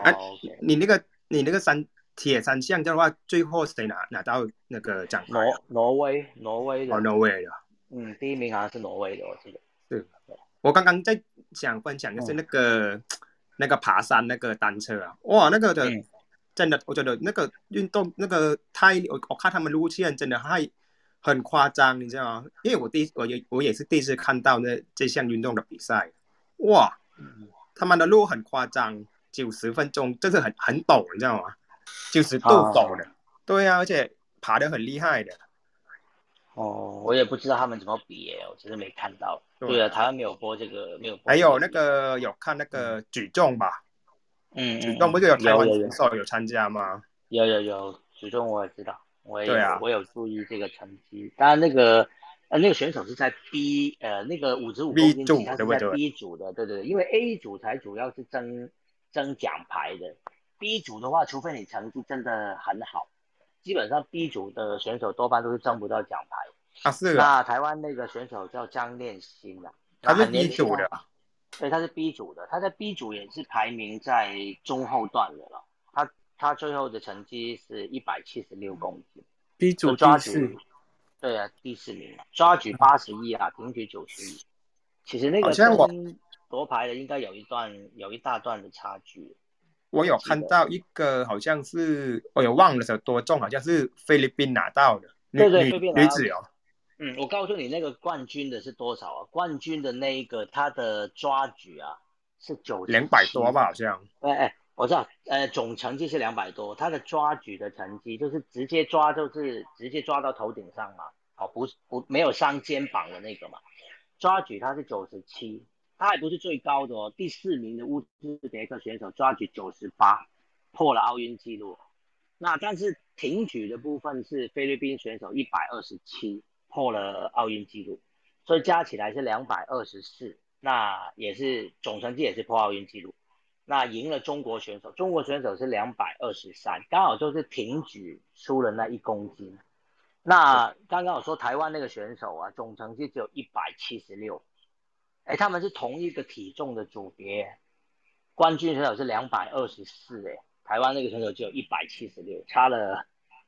OK， 你那个铁三项的话，最后谁拿到那个奖牌？
挪威的。
挪威的。
第1名好像是挪威的，我记得。
是。我刚刚在想分享的是那个爬山那个单车啊，哇，那个的真的，我觉得那个运动那个我看他们路线真的很夸张，你知道吗？因为我也是第一次看到这项运动的比赛，哇，他们的路很夸张，90分钟，就是很陡，你知道吗？90度陡的，对啊，而且爬得很厉害的。
我也不知道他们怎么比耶，我只是没看到。对啊，台湾没有播这个，没有播。
还有那个有看那个举重吧？举重不是有台湾选手有参加吗？
有举重我也知道，我有注意这个成绩。当然那个选手是在那个55公斤级，他是在 B 组的，对，因为 A 组才主要是争奖牌的 ，B 组的话，除非你成绩真的很好。基本上 B 组的选手多半都是争不到奖牌。
是啊。
那台湾那个选手叫张念欣啊，
他是 B 组的。
对，他是 B 组的，他在 B 组也是排名在中后段的了。他最后的成绩是176公斤。
B 组第4。
对啊，第4名，抓举81啊，平举91。其实那个跟夺牌的应该有一大段的差距。
我有看到一个好像是我有忘了是多重，好像是菲律宾拿到的。
对，菲律宾
女子哦。
我告诉你那个冠军的是多少啊？冠军的那一个他的抓举啊是
200多吧，好像。
我知道，总成绩是200多，他的抓举的成绩就是直接抓到头顶上嘛，没有伤肩膀的那个嘛。抓举他是97。他还不是最高的哦，第4名的乌兹别克选手抓举98，破了奥运纪录。那但是挺举的部分是菲律宾选手127，破了奥运纪录，所以加起来是224，那也是总成绩也是破奥运纪录。那赢了中国选手是223，刚好就是挺举输了那1公斤。那刚刚我说台湾那个选手啊，总成绩只有176。他们是同一个体重的组别，冠军选手是224，台湾那个选手只有176，差了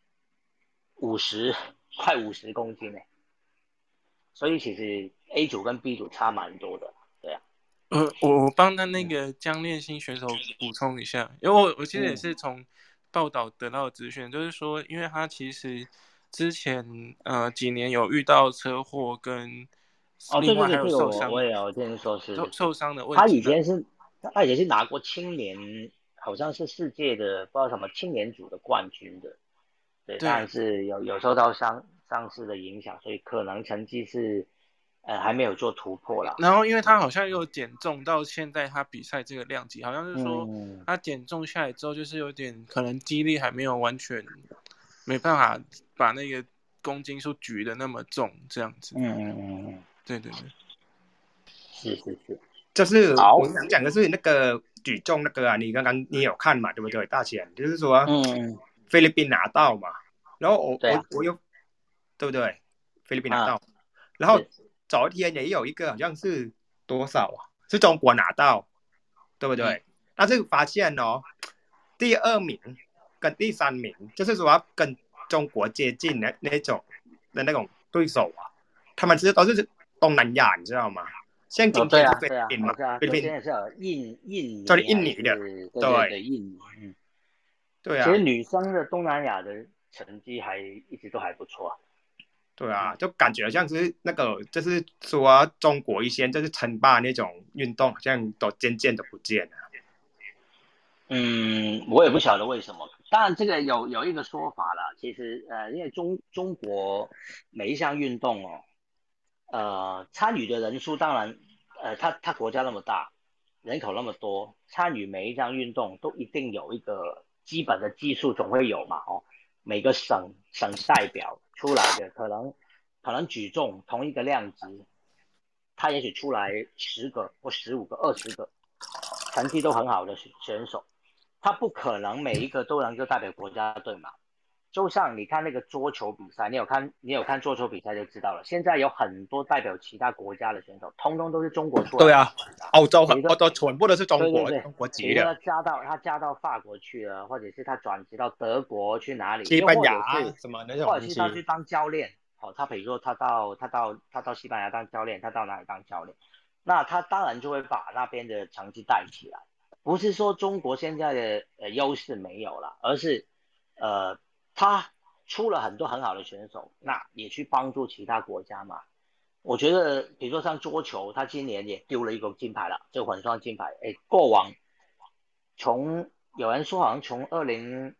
快50公斤所以其实 A 组跟 B 组差蛮多的，对啊。
我帮他那个江练新选手补充一下，因为我其实也是从报道得到的资讯，就是说，因为他其实之前几年有遇到车祸跟。另外还有受伤，
我也有听说是
受伤的问题。
他以前是拿过青年，好像是世界的不知道什么青年组的冠军的，对，但是有受到伤伤势的影响，所以可能成绩是还没有做突破啦。
然后因为他好像又减重，到现在他比赛这个量级，好像是说他减重下来之后，就是有点可能肌力还没有完全没办法把那个公斤数举得那么重，这样子。对对对，
是，
就是我想讲的是那个举重那个啊，你刚刚你有看嘛，对不对？大钱就是说，菲律宾拿到嘛，然后我又对不对？菲律宾拿到，然后昨天也有一个好像是多少啊？是中国拿到，对不对？但是发现哦，第2名跟第3名，就是说跟中国接近的那种对手啊，他们其实都是东南亚，你知道吗？像今天是菲律宾嘛，菲律宾
现在是印尼
的，
对印尼，
对啊。
其实女生的东南亚的成绩一直都还不错。
对啊，就感觉像是那个，就是说中国一些就是称霸那种运动，好像都渐渐的不见了。
我也不晓得为什么。当然，这个有一个说法啦。其实因为中国每一项运动参与的人数当然，他国家那么大，人口那么多，参与每一项运动都一定有一个基本的基数总会有嘛每个省代表出来的可能举重同一个量级，他也许出来10个或15个、20个，成绩都很好的选手，他不可能每一个都能够代表国家队嘛。就像你看那个桌球比赛，你有看桌球比赛就知道了。现在有很多代表其他国家的选手，通通都是中国出来的。
对啊，欧洲全部都是中国籍的。
他加到法国去了，或者是他转职到德国去哪里？
西班牙什么那种
或者是他去当教练。他比如说他到西班牙当教练，他到哪里当教练？那他当然就会把那边的成绩带起来。不是说中国现在的优势没有了，而是他出了很多很好的选手，那也去帮助其他国家嘛。我觉得比如说像桌球，他今年也丢了一个金牌了，这个混双金牌。过往有人说好像从2000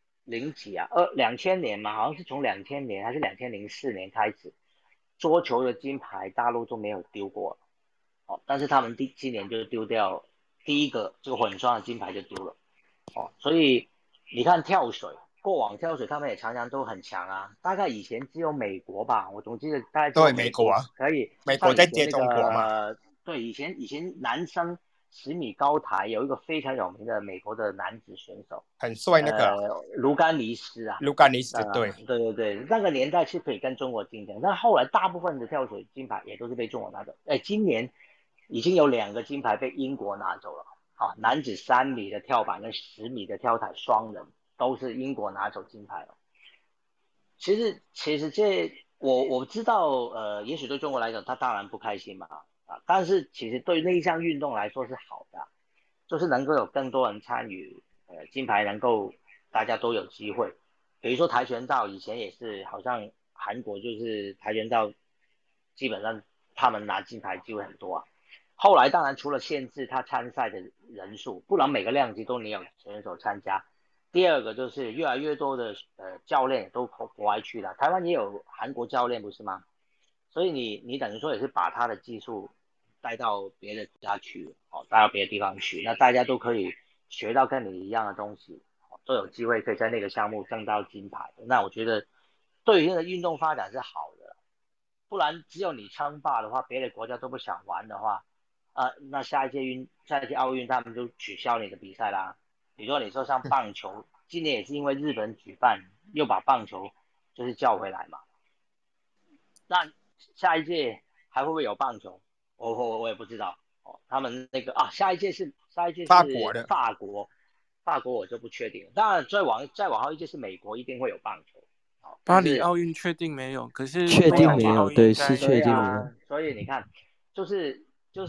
年嘛，好像是从2000年还是2004年开始，桌球的金牌大陆都没有丢过。但是他们今年就丢掉第一个这个混双的金牌就丢了。所以你看跳水，过往跳水他们也常常都很强啊。大概以前只有美国吧，我总记得大概只有美国可以。
美国在接中国嘛？
对，以前男生10米高台有一个非常有名的美国的男子选手，
很帅那个
卢甘尼斯啊。
卢甘尼斯，
对，那个年代是可以跟中国竞争，但后来大部分的跳水金牌也都是被中国拿走。今年已经有2个金牌被英国拿走了。男子3米的跳板跟10米的跳台双人都是英国拿走金牌了。其实这我知道，也许对中国来讲他当然不开心嘛，但是其实对那一项运动来说是好的，就是能够有更多人参与，金牌能够大家都有机会。比如说跆拳道以前也是，好像韩国就是跆拳道基本上他们拿金牌机会很多啊。后来当然除了限制他参赛的人数，不然每个量级都你有选手参加。第二个就是越来越多的教练都国外去了，台湾也有韩国教练不是吗？所以你等于说也是把他的技术带到别的国家去，带到别的地方去，那大家都可以学到跟你一样的东西，都有机会可以在那个项目挣到金牌。那我觉得对于那个运动发展是好的，不然只有你称霸的话，别的国家都不想玩的话，那下一届奥运他们就取消你的比赛啦。比如说你说像棒球，今年也是因为日本举办，又把棒球就是叫回来嘛。那下一届还会不会有棒球？我也不知道。他们那个下一届是
法国的，
法国我就不确定了。当然再往后一届是美国，一定会有棒球。
巴黎奥运确定没有，可是
确定没有，对，是确定没有。
所以你看，就是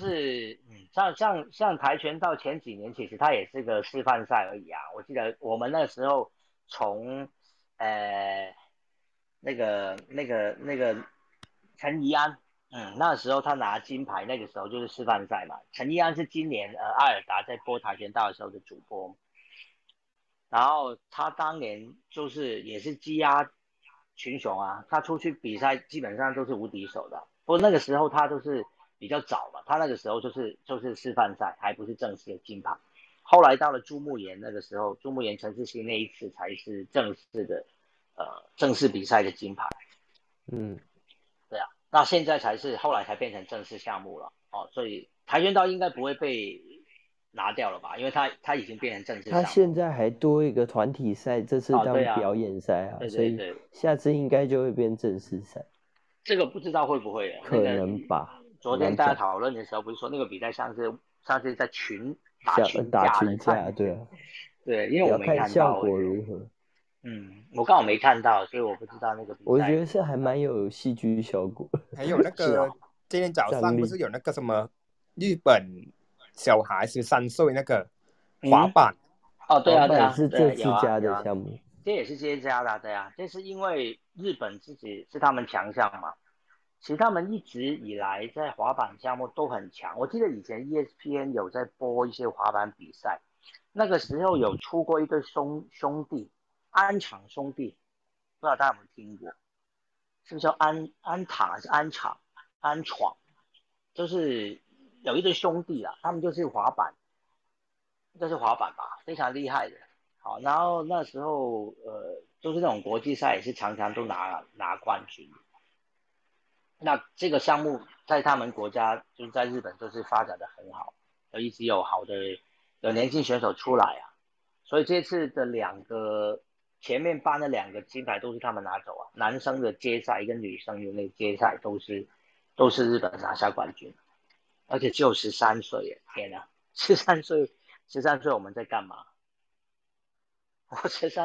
像跆拳道前几年其实它也是个示范赛而已啊。我记得我们那时候从那个陈怡安，那时候他拿金牌，那个时候就是示范赛嘛。陈怡安是今年艾尔达在播跆拳道的时候的主播，然后他当年就是也是积压群雄啊，他出去比赛基本上都是无敌手的。不过那个时候他都是比较早嘛，他那个时候就是示范赛，还不是正式的金牌。后来到了朱木炎那个时候，朱木炎陈世新那一次才是正式比赛的金牌。对啊，那现在后来才变成正式项目了哦，所以跆拳道应该不会被拿掉了吧？因为他已经变成正式项目。
他现在还多一个团体赛，这次当表演赛啊，
对，
所以下次应该就会变正式赛。
这个不知道会不会
可能吧。
昨天大家讨论的时候不是说那个比赛像是在打群架，
对啊，
对，因为我没看到
效果如何。
我刚好没看到，所以我不知道那个比赛。
我觉得是还蛮有戏剧效果。
还有那个今天早上不是有那个什么日本小孩13岁那个滑板？
对啊，
是这次加的项目。
这也是接加的，对啊，这是因为日本自己是他们强项嘛。其实他们一直以来在滑板项目都很强。我记得以前 ESPN 有在播一些滑板比赛，那个时候有出过一对兄弟，安场兄弟，不知道大家有没有听过？是不是叫安场还是安闯？就是有一对兄弟啊，他们就是滑板吧，非常厉害的。好，然后那时候就是那种国际赛也是常常都拿冠军。那这个项目在他们国家就是在日本就是发展的很好，一直有年轻选手出来啊，所以这次的前面颁的2个金牌都是他们拿走啊，男生的街赛跟女生的那个街赛都是日本拿下冠军，而且只有13岁耶，天啊，13岁我们在干嘛？我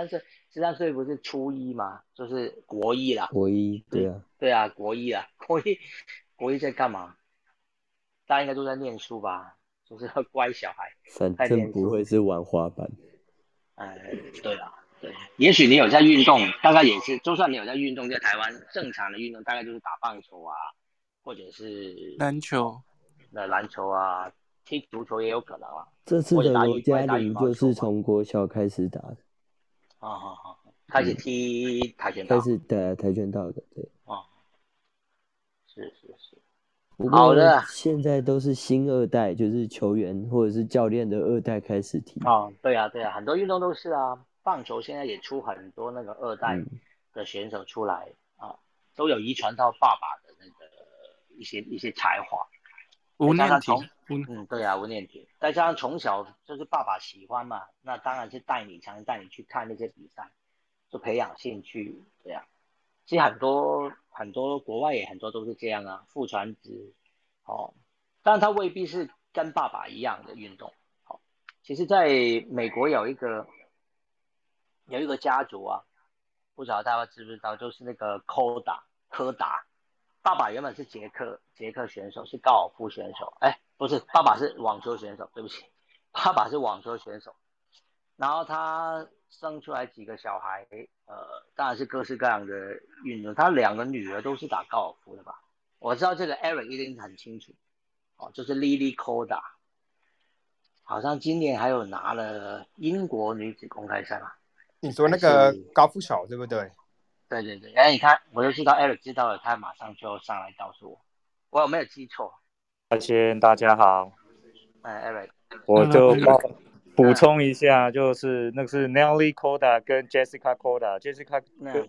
13岁不是初一吗？就是国一啦。
国一，对啊。
对啊，国一在干嘛？大家应该都在念书吧，就是乖小孩。
反正不会是玩滑板。
对啊，对，也许你有在运动，大概也是，就算你有在运动，在台湾正常的运动大概就是打棒球啊，或者是
篮球
啊，踢足球也有可能啊。
这次的罗嘉玲就是从国小开始打的。
开始踢跆拳道。
开始打跆拳道的，对。
是。
不过现在都是新2代，就是球员或者是教练的2代开始踢。
对啊，很多运动都是啊，棒球现在也出很多那个2代的选手出来都有遗传到爸爸的那个一些才华。
吴念婷，
对啊，吴念婷，再加上从小就是爸爸喜欢嘛，那当然是常常带你去看那些比赛，就培养兴趣，对啊。其实很多国外也很多都是这样啊，父传子当然他未必是跟爸爸一样的运动。其实在美国有一个家族啊，不知道大家知不知道，就是那个柯达，爸爸原本是捷克选手，是高尔夫选手，不是，爸爸是网球选手，对不起，爸爸是网球选手，然后他生出来几个小孩，当然是各式各样的运动。他2个女儿都是打高尔夫的吧？我知道这个 Eric 一定很清楚，就是 Lily Koda， 好像今年还有拿了英国女子公开赛嘛。
你说那个高富手对不对？
对，你看，我就知道 Eric 知道了，他马上就上来告诉我有没有记错？
先大家好
，Eric，
我就补充一下，就是那个是 Nelly Koda 跟 Jessica Koda，Jessica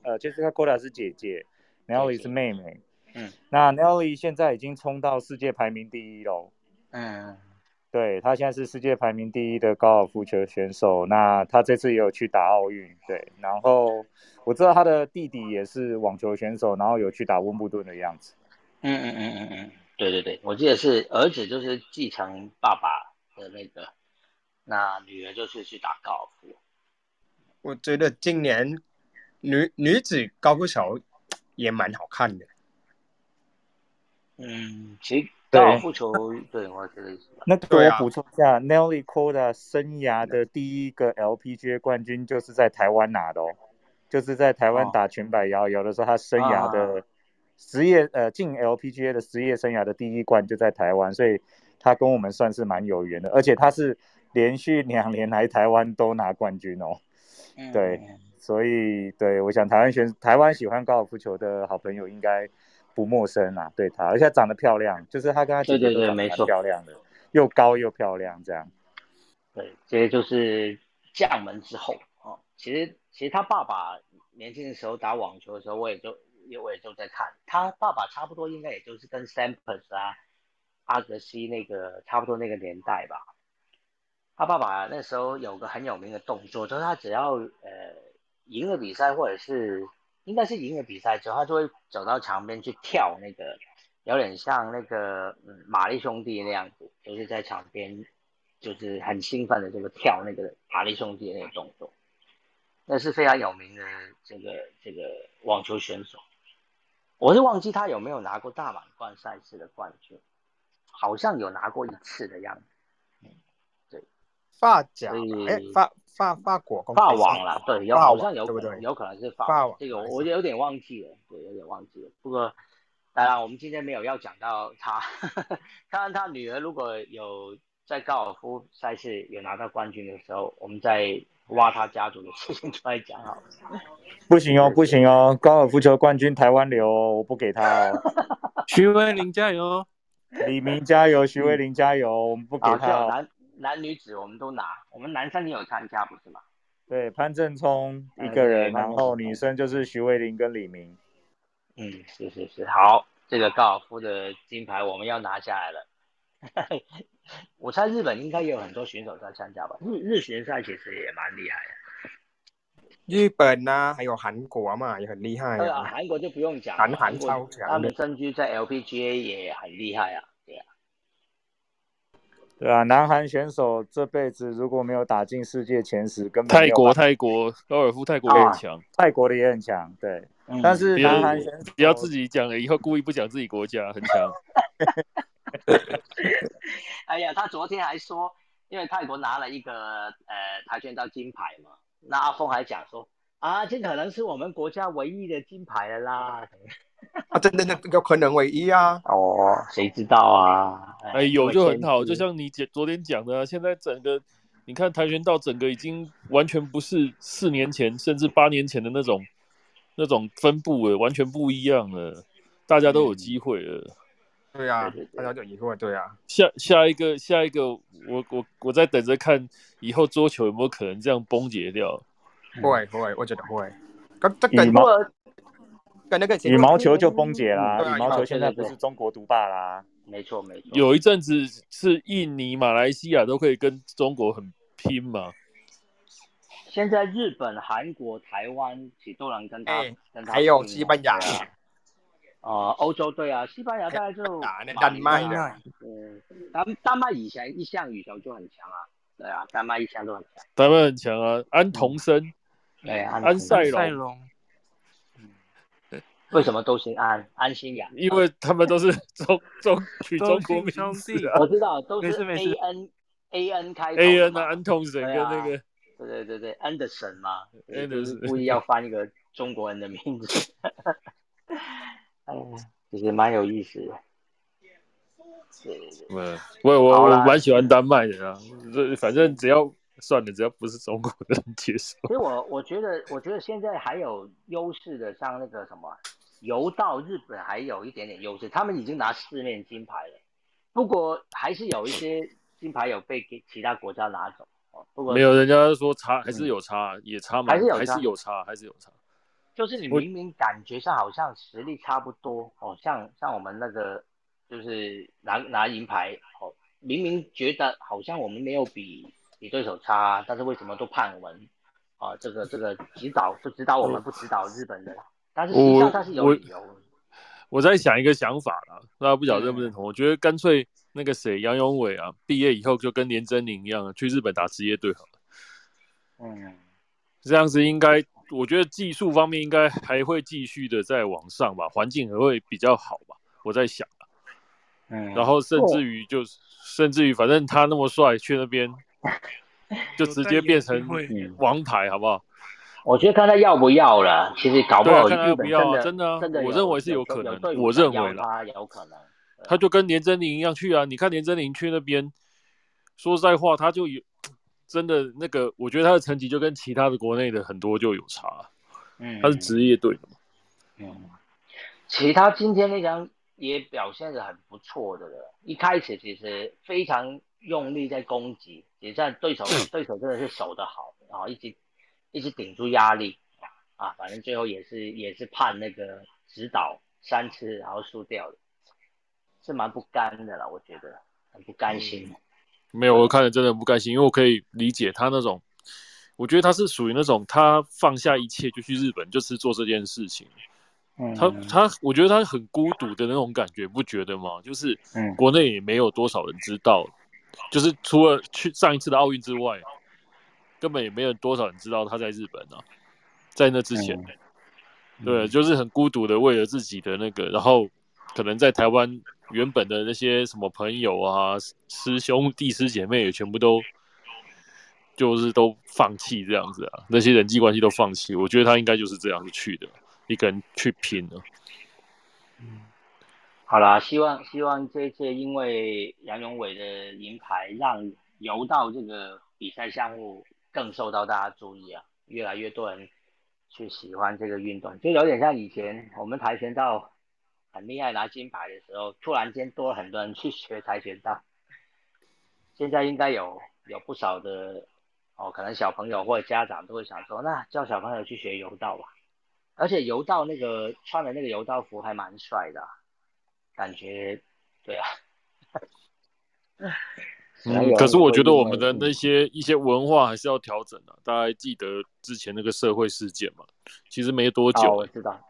Koda 是姐姐 ，Nelly 是妹妹。那 Nelly 现在已经冲到世界排名第1了。对，他现在是世界排名第1的高尔夫球选手。那他这次也有去打奥运，对。然后我知道他的弟弟也是网球选手，然后有去打温布顿的样子。
对，我记得是儿子就是继承爸爸的那个，那女儿就是去打高尔夫。
我觉得今年女子高尔夫球也蛮好看的。
其实高尔夫球，对，我觉得是。
那个我补充一下，Nelly Koda 生涯的第1个 LPGA 冠军就是在台湾拿的就是在台湾打全百摇，有的时候他生涯的职业进 LPGA 的职业生涯的第1冠就在台湾，所以他跟我们算是蛮有缘的，而且他是连续2年来台湾都拿冠军对， 所以对我想台湾喜欢高尔夫球的好朋友应该不陌生啊，对他，而且他长得漂亮，就是他跟他姐姐都长得蛮漂亮的，又高又漂亮这样。
对，这就是将门之后哦。其实他爸爸年轻的时候打网球的时候，我也就在看，他爸爸差不多应该也就是跟 Sampras 啊、阿格西那个差不多那个年代吧。他爸爸那时候有个很有名的动作，就是他只要赢了比赛，或者是应该是赢了比赛之后，他就会走到墙边去跳那个，有点像那个玛丽兄弟那样子，就是在场边就是很兴奋的这个跳那个玛丽兄弟的那个动作，那是非常有名的这个网球选手。我是忘记他有没有拿过大满贯赛事的冠军，好像有拿过1次的样子。对，
法甲，法国
法网啦，对，好像有可能是法
网，
这个我有点忘记了，对，有点忘记了。不过当然我们今天没有要讲到他，看看他女儿如果有在高尔夫赛事有拿到冠军的时候，我们再挖他家族的事情出来讲好了。
不行哦，高尔夫球冠军台湾留哦，我不给他哦。
徐威林加油，
李明加油，徐威林加油，我们不给他哦。
男女子我们都拿，我们男生也有参加不是吗？
对，潘正聪一个人，然后女生就是徐慧玲跟李明。
是，好，这个高尔夫的金牌我们要拿下来了。我猜日本应该也有很多选手在参加吧，日巡赛其实也蛮厉害的。
日本啊，还有韩国嘛，也很厉害啊。
韩国就不用讲，
韩超强，
他们身居在 LPGA 也很厉害啊。
对啊，南韩选手这辈子如果没有打进世界前10，根本没
有。泰国高尔夫泰国也很强，
泰国的也很强，对。但是南韩选手
不要自己讲了，以后故意不讲自己国家，很强。
哎呀，他昨天还说，因为泰国拿了一个跆拳道金牌嘛，那阿峰还讲说啊，这可能是我们国家唯一的金牌了啦。
真的有可能唯一啊？
哦，谁知道啊？
有就很好，就像你昨天讲的，现在整个你看跆拳道整个已经完全不是4年前甚至8年前的那种分布了，完全不一样了，大家都有机会了。
对啊，大家都有机会，对啊。
下一个，我在等着看以后桌球有没有可能这样崩解掉。
会，我觉得会。
羽毛球就崩解啦，羽毛球现在不是中国独霸啦。
没错。
有一阵子是印尼、马来西亚都可以跟中国很拼嘛。
现在日本、韩国、台湾其实都能跟他，
还有西班牙。
欧洲对啊，西班牙大概就
丹麦的。
丹麦以前一向羽球就很强啊。对啊，丹麦一向都很强。
丹麦很强啊，安童森。
对，
安塞龙。
为什么都姓安？安心亚？
因为他们都是取中国名字啊。
我知道，都是 AN 开头。
AN 啊，安童森跟那个。
对 ，Anderson 嘛，就是故意要翻一个中国人的名字。其实蛮有意思的。
我蛮喜欢丹麦的啊，反正只要不是中国人接受。
所以我觉得现在还有优势的，像那个什么柔道，日本还有一点点优势，他们已经拿4面金牌了，不过还是有一些金牌有被给其他国家拿走。不过
没有，人家说差还是有差，也差嘛，还是有差。
就是你明明感觉上好像实力差不多像我们那个就是拿银牌明明觉得好像我们没有比对手差，但是为什么都判我们这个指导我们不指导日本人？但是实际上他是有理由的。
我在想一个想法啦，大家不晓得认不认同？我觉得干脆那个谁杨永伟啊，毕业以后就跟连珍妮一样，去日本打职业队好了。这样子应该，我觉得技术方面应该还会继续的在往上吧，环境还会比较好吧，我在想啊。然后甚至于反正他那么帅，去那边就直接变成王牌，好不好？
我觉得看他要不要了，其实搞不好日本
真的，我认为是有可能，
我
认为啦，
有可能。
他就跟连珍妮一样去啊，你看连珍妮去那边，说实在话，他就有真的那个，我觉得他的成绩就跟其他的国内的很多就有差。他是职业队的嘛。
其他今天那场也表现得很不错的了，一开始其实非常用力在攻击，也在对手真的是守得好，然后一直顶住压力啊，反正最后也是判那个指导3次，然后输掉了，是蛮不甘的啦，我觉得很不甘心。
没有，我看了真的很不甘心，因为我可以理解他那种，我觉得他是属于那种他放下一切就去日本就是做这件事情。我觉得他很孤独的那种感觉，不觉得吗？就是国内也没有多少人知道，就是除了去上一次的奥运之外，根本也没有多少人知道他在日本啊，在那之前，对，就是很孤独的为了自己的那个，然后可能在台湾原本的那些什么朋友啊、师兄弟师姐妹也全部都放弃这样子啊，那些人际关系都放弃，我觉得他应该就是这样子去的。一个人去拼了。
好啦，希望这一届因为杨永伟的银牌，让柔道这个比赛项目更受到大家注意啊，越来越多人去喜欢这个运动，就有点像以前我们跆拳道很厉害拿金牌的时候，突然间多了很多人去学跆拳道。现在应该有不少的可能小朋友或者家长都会想说，那叫小朋友去学柔道吧。而且柔道那个穿的那个柔道服还蛮帅的感觉，对啊。
可是我觉得我们的那些一些文化还是要调整啊。大家记得之前那个社会事件嘛，其实没多久。
我知道，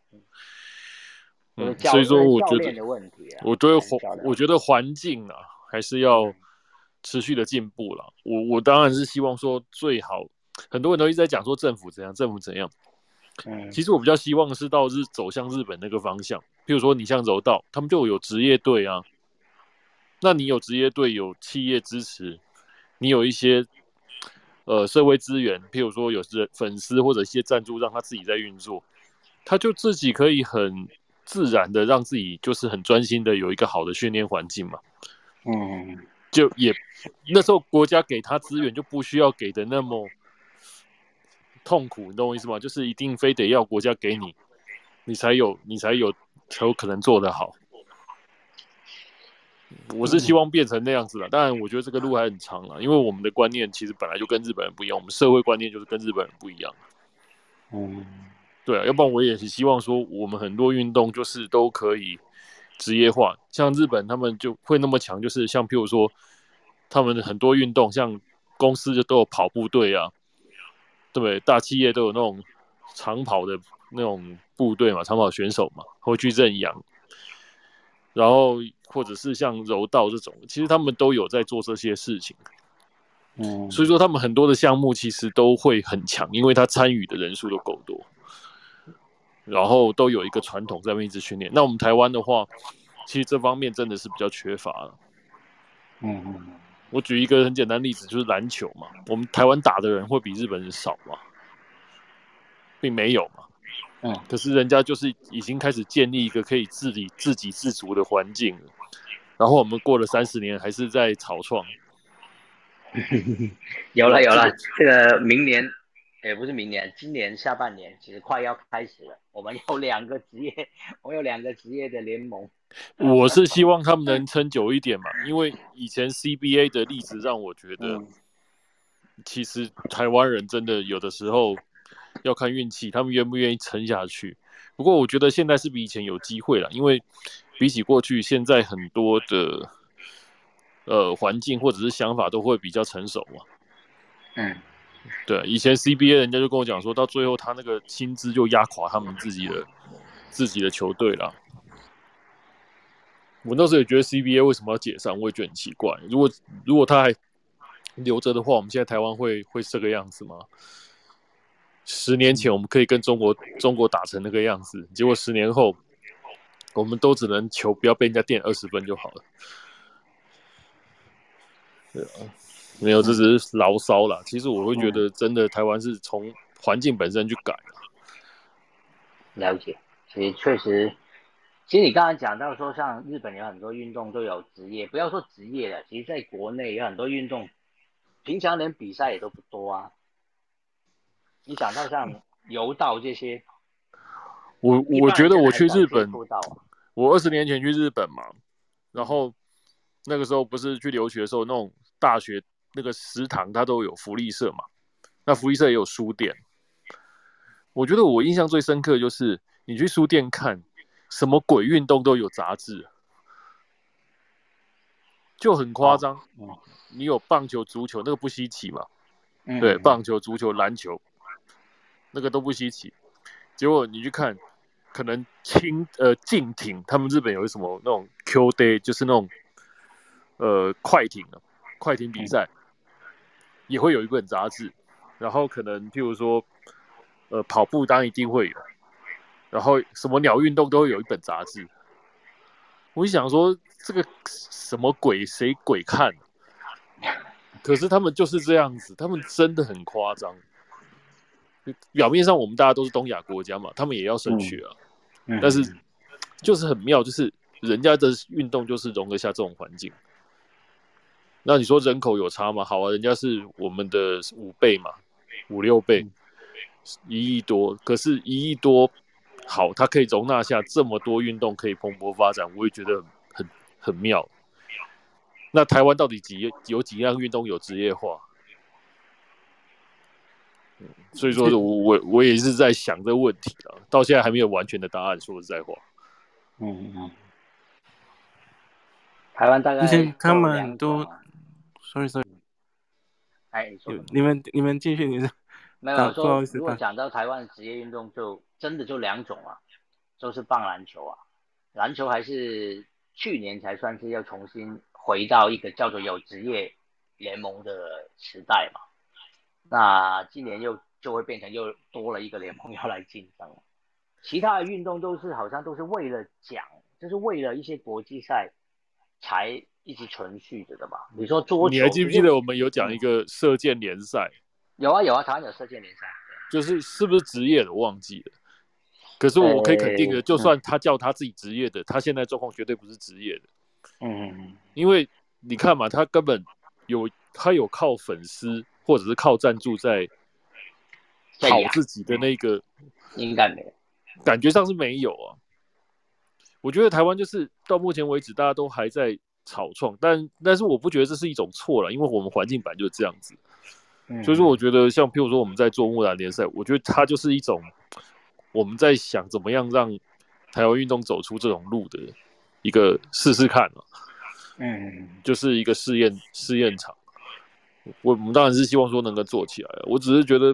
所以说我觉得，我觉得环境啊还是要持续的进步啦。我当然是希望说最好，很多人都一直在讲说政府怎样，政府怎样。其实我比较希望是走向日本那个方向，譬如说你像柔道，他们就有职业队啊，那你有职业队，有企业支持，你有一些社会资源，譬如说有粉丝或者一些赞助，让他自己在运作，他就自己可以很自然的让自己就是很专心的有一个好的训练环境嘛。就也那时候国家给他资源就不需要给的那么痛苦，你懂我意思吗？就是一定非得要国家给你，你才有可能做得好。我是希望变成那样子啦，当然我觉得这个路还很长啦，因为我们的观念其实本来就跟日本人不一样，我们社会观念就是跟日本人不一样。对啊，要不然我也是希望说我们很多运动就是都可以职业化，像日本他们就会那么强，就是像譬如说他们很多运动，像公司就都有跑步队啊。对不对？大企业都有那种长跑的那种部队嘛，长跑选手嘛，会去认养，然后或者是像柔道这种，其实他们都有在做这些事情。所以说他们很多的项目其实都会很强，因为他参与的人数都够多，然后都有一个传统在那边一直训练。那我们台湾的话，其实这方面真的是比较缺乏了。我举一个很简单的例子，就是篮球嘛，我们台湾打的人会比日本人少嘛，并没有嘛。可是人家就是已经开始建立一个可以自给自足的环境了，然后我们过了30年还是在草创。
有了，这个明年，也不是明年，今年下半年其实快要开始了。我们有2个职业的联盟。
我是希望他们能撑久一点嘛，因为以前 CBA 的例子让我觉得，其实台湾人真的有的时候要看运气，他们愿不愿意撑下去。不过我觉得现在是比以前有机会了，因为比起过去，现在很多的环境或者是想法都会比较成熟嘛。对，以前 CBA 人家就跟我讲说，到最后他那个薪资就压垮他们自己的球队啦。我那时候也觉得 CBA 为什么要解散，我也觉得很奇怪。如果他还留着的话，我们现在台湾会这个样子吗？10年前我们可以跟中国打成那个样子，结果10年后，我们都只能求不要被人家垫20分就好了。对啊，没有，这只是牢骚啦。其实我会觉得，真的台湾是从环境本身去改啦。
了解，其实确实。其实你刚才讲到说，像日本有很多运动都有职业，不要说职业的，其实在国内有很多运动平常连比赛也都不多啊。你讲到像柔道这些，
我觉得我去日本，我20年前去日本嘛，然后那个时候不是去留学的时候，那种大学那个食堂它都有福利社嘛，那福利社也有书店。我觉得我印象最深刻的就是你去书店看，什么鬼运动都有杂志，就很夸张。你有棒球、足球，那个不稀奇嘛。对，棒球、足球、篮球，那个都不稀奇。结果你去看，可能竞艇，他们日本有什么那种 Q Day， 就是那种快艇比赛，也会有一本杂志。然后可能譬如说，跑步当然一定会有，然后什么鸟运动都会有一本杂志。我就想说，这个什么鬼，谁鬼看？可是他们就是这样子，他们真的很夸张。表面上我们大家都是东亚国家嘛，他们也要升学啊，但是就是很妙，就是人家的运动就是容得下这种环境。那你说人口有差吗？好啊，人家是我们的5倍嘛，5、6倍，1亿多。可是1亿多，好，它可以容纳下这么多运动可以蓬勃发展，我也觉得很妙。那台湾到底有几样运动有职业化？所以说我也是在想这个问题啊，到现在还没有完全的答案。说实在话，
台湾大概
之前他们都 ，sorry，
哎，
你们继续，你是
没有说，如果讲到台湾的职业运动，就真的就2种啊，就是棒篮球啊，篮球还是去年才算是要重新回到一个叫做有职业联盟的时代嘛。那今年就会变成又多了一个联盟要来竞争，其他的运动好像都是为了奖，就是为了一些国际赛才一直存续着的吧。你说桌球，
你还记不记得我们有讲一个射箭联赛？
有啊，台湾有射箭联赛，
是不是职业的我忘记了。可是我可以肯定的，就算他叫他自己职业的，他现在状况绝对不是职业的。因为你看嘛，他根本他有靠粉丝或者是靠赞助在跑自己的那个，
应该没有，
感觉上是没有啊。我觉得台湾就是到目前为止大家都还在草创，但是我不觉得这是一种错了，因为我们环境本来就是这样子。所以说我觉得像譬如说我们在做木兰联赛，我觉得它就是一种我们在想怎么样让台湾运动走出这种路的一个试试看啊。就是一个试验场。我们当然是希望说能够做起来，我只是觉得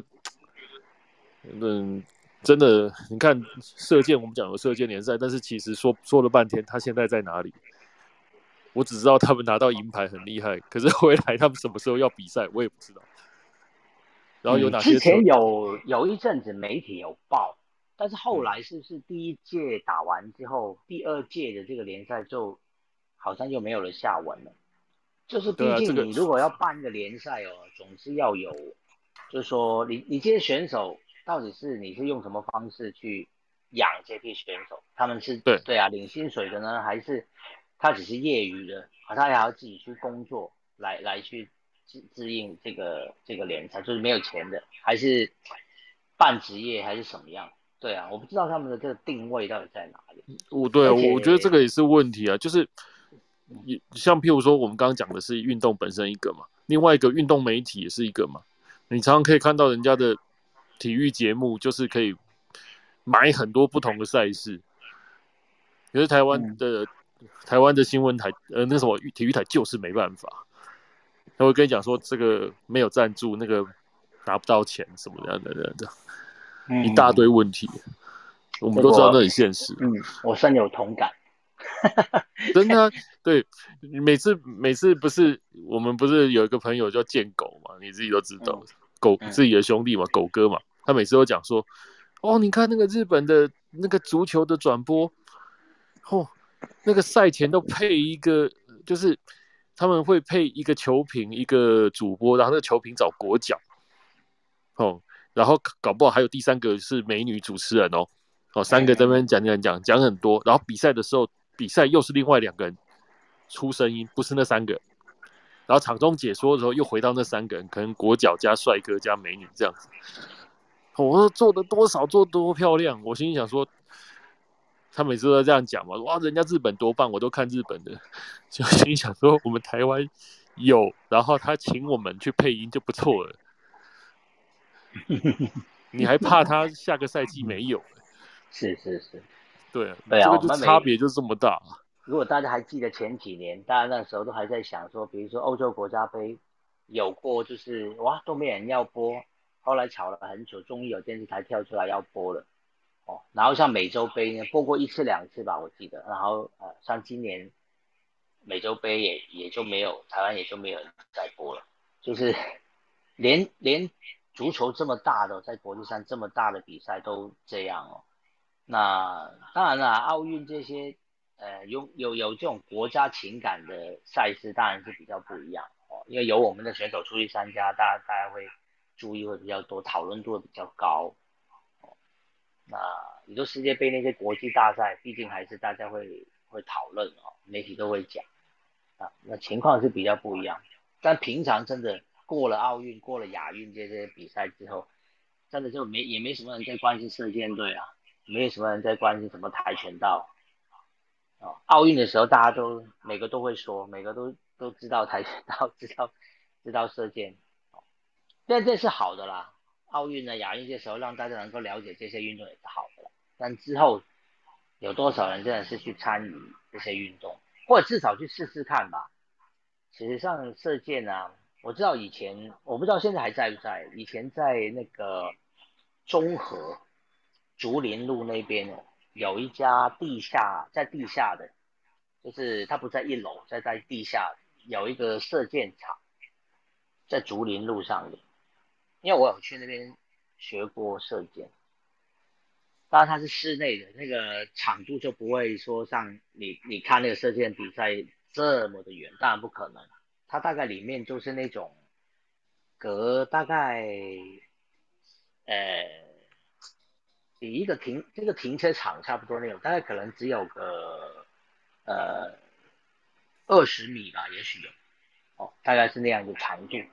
真的，你看射箭，我们讲有射箭联赛，但是其实说了半天，他现在在哪里？我只知道他们拿到银牌很厉害，可是回来他们什么时候要比赛，我也不知道。然后有哪些？
之前有一阵子媒体有报，但是后来是不是第1届打完之后，第2届的这个联赛就好像就没有了下文了？就是毕竟你如果要办一个联赛哦，总是要有，就是说你这些选手到底是你是用什么方式去养这批选手？他们是对啊领薪水的呢，还是他只是业余的，他还要自己去工作来去支应这个联赛，就是没有钱的，还是半职业还是什么样？对啊，我不知道他们的这个定位到底在哪里。
我觉得这个也是问题啊，就是像譬如说我们刚刚讲的是运动本身一个嘛，另外一个运动媒体也是一个嘛。你常常可以看到人家的体育节目就是可以买很多不同的赛事，可是台湾的新闻台那什么体育台就是没办法，他会跟你讲说这个没有赞助，那个拿不到钱什么的，一大堆问题，我们都知道那很现实。
我深有同感。
真的啊，对，每次不是我们不是有一个朋友叫贱狗嘛，你自己都知道，狗自己的兄弟嘛，狗哥嘛，他每次都讲说，哦，你看那个日本的那个足球的转播，那个赛前都配一个，就是他们会配一个球评，一个主播，然后那个球评找国脚，然后搞不好还有第3个是美女主持人3个在那边讲很多，然后比赛的时候，比赛又是另外2个人出声音，不是那3个， 然后场中解说的时候又回到那3个人，可能国脚加帅哥加美女这样子。我说做的多少，做多漂亮，我心里想说，他每次都这样讲嘛，哇，人家日本多棒，我都看日本的，就心里想说，我们台湾有，然后他请我们去配音就不错了，你还怕他下个赛季没有？
是，
对啊，
对啊，
这个就差别就这么大。
如果大家还记得前几年，大家那时候都还在想说，比如说欧洲国家杯有过，就是哇都没人要播，后来吵了很久，终于有电视台跳出来要播了。然后像美洲杯呢，播过1次2次吧，我记得。然后像今年美洲杯也就没有，台湾也就没有人再播了，就是连足球这么大的，在国际上这么大的比赛都这样哦。那当然了，奥运这些有这种国家情感的赛事当然是比较不一样因为有我们的选手出去参加，大家会注意会比较多，讨论度会比较高。那你说世界杯那些国际大赛，毕竟还是大家会讨论媒体都会讲那情况是比较不一样。但平常真的过了奥运、过了亚运这些比赛之后，真的就也没什么人在关心射箭队啊，没有什么人在关心什么跆拳道。奥运的时候大家都每个都会说，每个都知道跆拳道，知道射箭，但这是好的啦。奥运呢、亚运这时候让大家能够了解这些运动也是好的，但之后有多少人真的是去参与这些运动，或者至少去试试看吧。其实像射箭啊，我知道以前，我不知道现在还在不在，以前在那个中和竹林路那边有一家在地下的，就是它不在1楼，在地下有一个射箭场，在竹林路上的。因为我有去那边学过射箭，当然它是室内的，那个场度就不会说像你看那个射箭比赛这么的远，当然不可能。它大概里面就是那种隔大概比这个停车场差不多那种，大概可能只有个20米吧，也许有大概是那样的长度。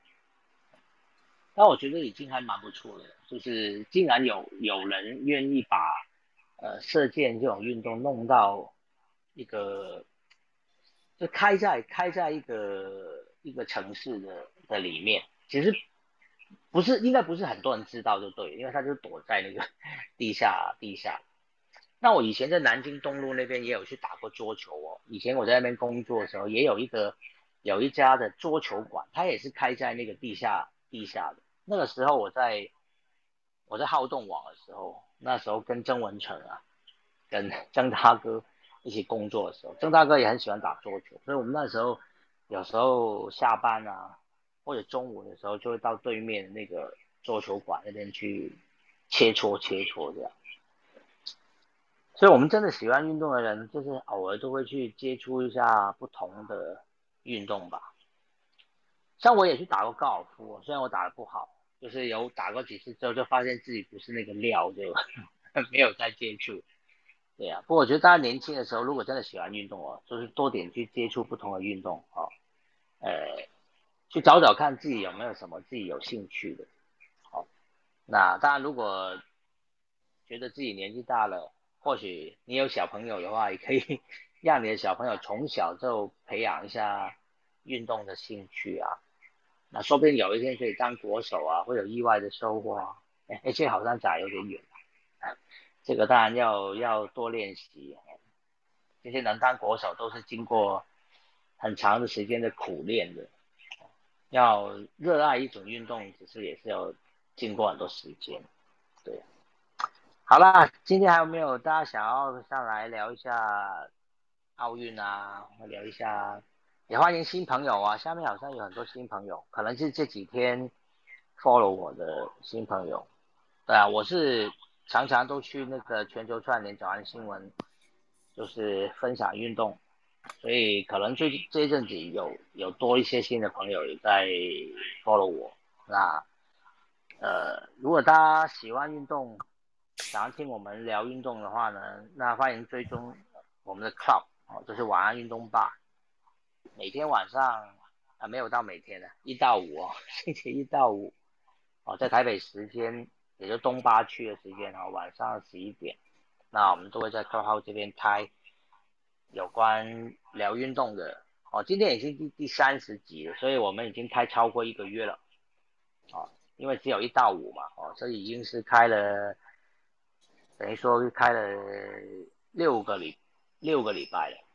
但我觉得已经还蛮不错的，就是竟然有人愿意把射箭这种运动弄到一个就开在一个城市的里面，其实应该不是很多人知道就对，因为他就躲在那个地下。那我以前在南京东路那边也有去打过桌球以前我在那边工作的时候，也有一家的桌球馆，它也是开在那个地下的。那个时候我在好动网的时候，那时候跟曾文成跟曾大哥一起工作的时候，曾大哥也很喜欢打桌球，所以我们那时候有时候下班或者中午的时候就会到对面那个桌球馆那边去切磋这样。所以我们真的喜欢运动的人，就是偶尔都会去接触一下不同的运动吧。像我也去打过高尔夫，虽然我打得不好，就是有打过几次之后就发现自己不是那个料，就没有再接触。对啊，不过我觉得大家年轻的时候，如果真的喜欢运动就是多点去接触不同的运动去找找看自己有没有什么自己有兴趣的。那当然如果觉得自己年纪大了，或许你有小朋友的话，也可以让你的小朋友从小就培养一下运动的兴趣那说不定有一天可以当国手会有意外的收获这好像讲有点远这个当然要多练习这些能当国手都是经过很长的时间的苦练的，要热爱一种运动只是也是要经过很多时间。对，好啦，今天还有没有大家想要上来聊一下奥运聊一下，也欢迎新朋友下面好像有很多新朋友，可能是这几天 follow 我的新朋友。对我是常常都去那个全球串联早安新闻，就是分享运动，所以可能这一阵子有多一些新的朋友也在 follow 我。那如果大家喜欢运动，想要听我们聊运动的话呢，那欢迎追踪我们的 club 就是晚安运动吧。每天晚上没有到每天的，1到5哦，星期1到5哦，在台北时间，也就东八区的时间哦，晚上11点，那我们都会在 Clubhouse 这边开有关聊运动的哦，今天已经第30集了，所以我们已经开超过1个月了哦，因为只有1到5嘛哦，所以已经是开了，等于说是开了6个礼拜了。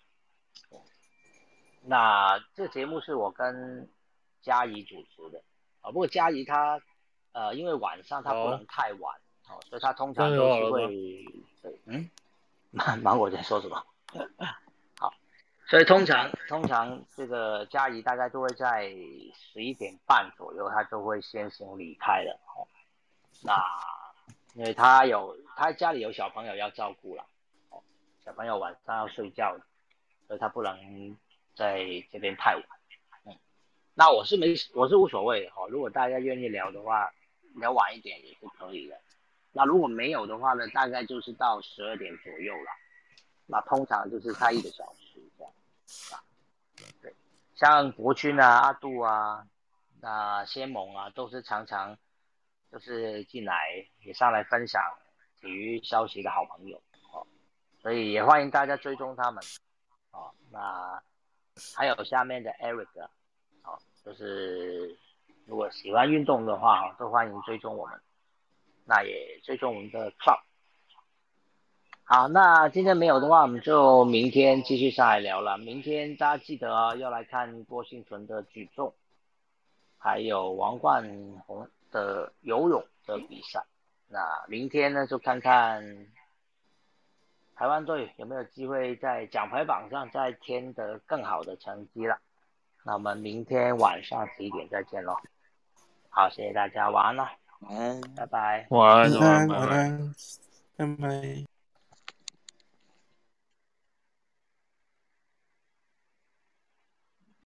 那这个节目是我跟嘉怡主持的不过嘉怡她因为晚上她不能太晚所以她通常都是会芒果在说什么好，所以通常这个嘉怡大概都会在11点半左右，她就会先行离开了那因为她家里有小朋友要照顾啦小朋友晚上要睡觉的，所以她不能在这边太晚那我是无所谓的如果大家愿意聊的话，聊晚一点也是可以的。那如果没有的话呢，大概就是到12点左右了。那通常就是开1个小时这样对，像国军啊、阿杜啊、那先盟啊，都是常常就是进来也上来分享体育消息的好朋友所以也欢迎大家追踪他们那还有下面的 Eric 就是如果喜欢运动的话都欢迎追踪我们，那也追踪我们的 Club。 好，那今天没有的话我们就明天继续上来聊了。明天大家记得要来看郭婞淳的举重，还有王冠宏的游泳的比赛。那明天呢就看看台湾队有没有机会在奖牌榜上再添得更好的成绩了。那我们明天晚上11点再见咯。好，谢谢大家，晚安了，
晚安，
拜拜，
晚安，拜拜。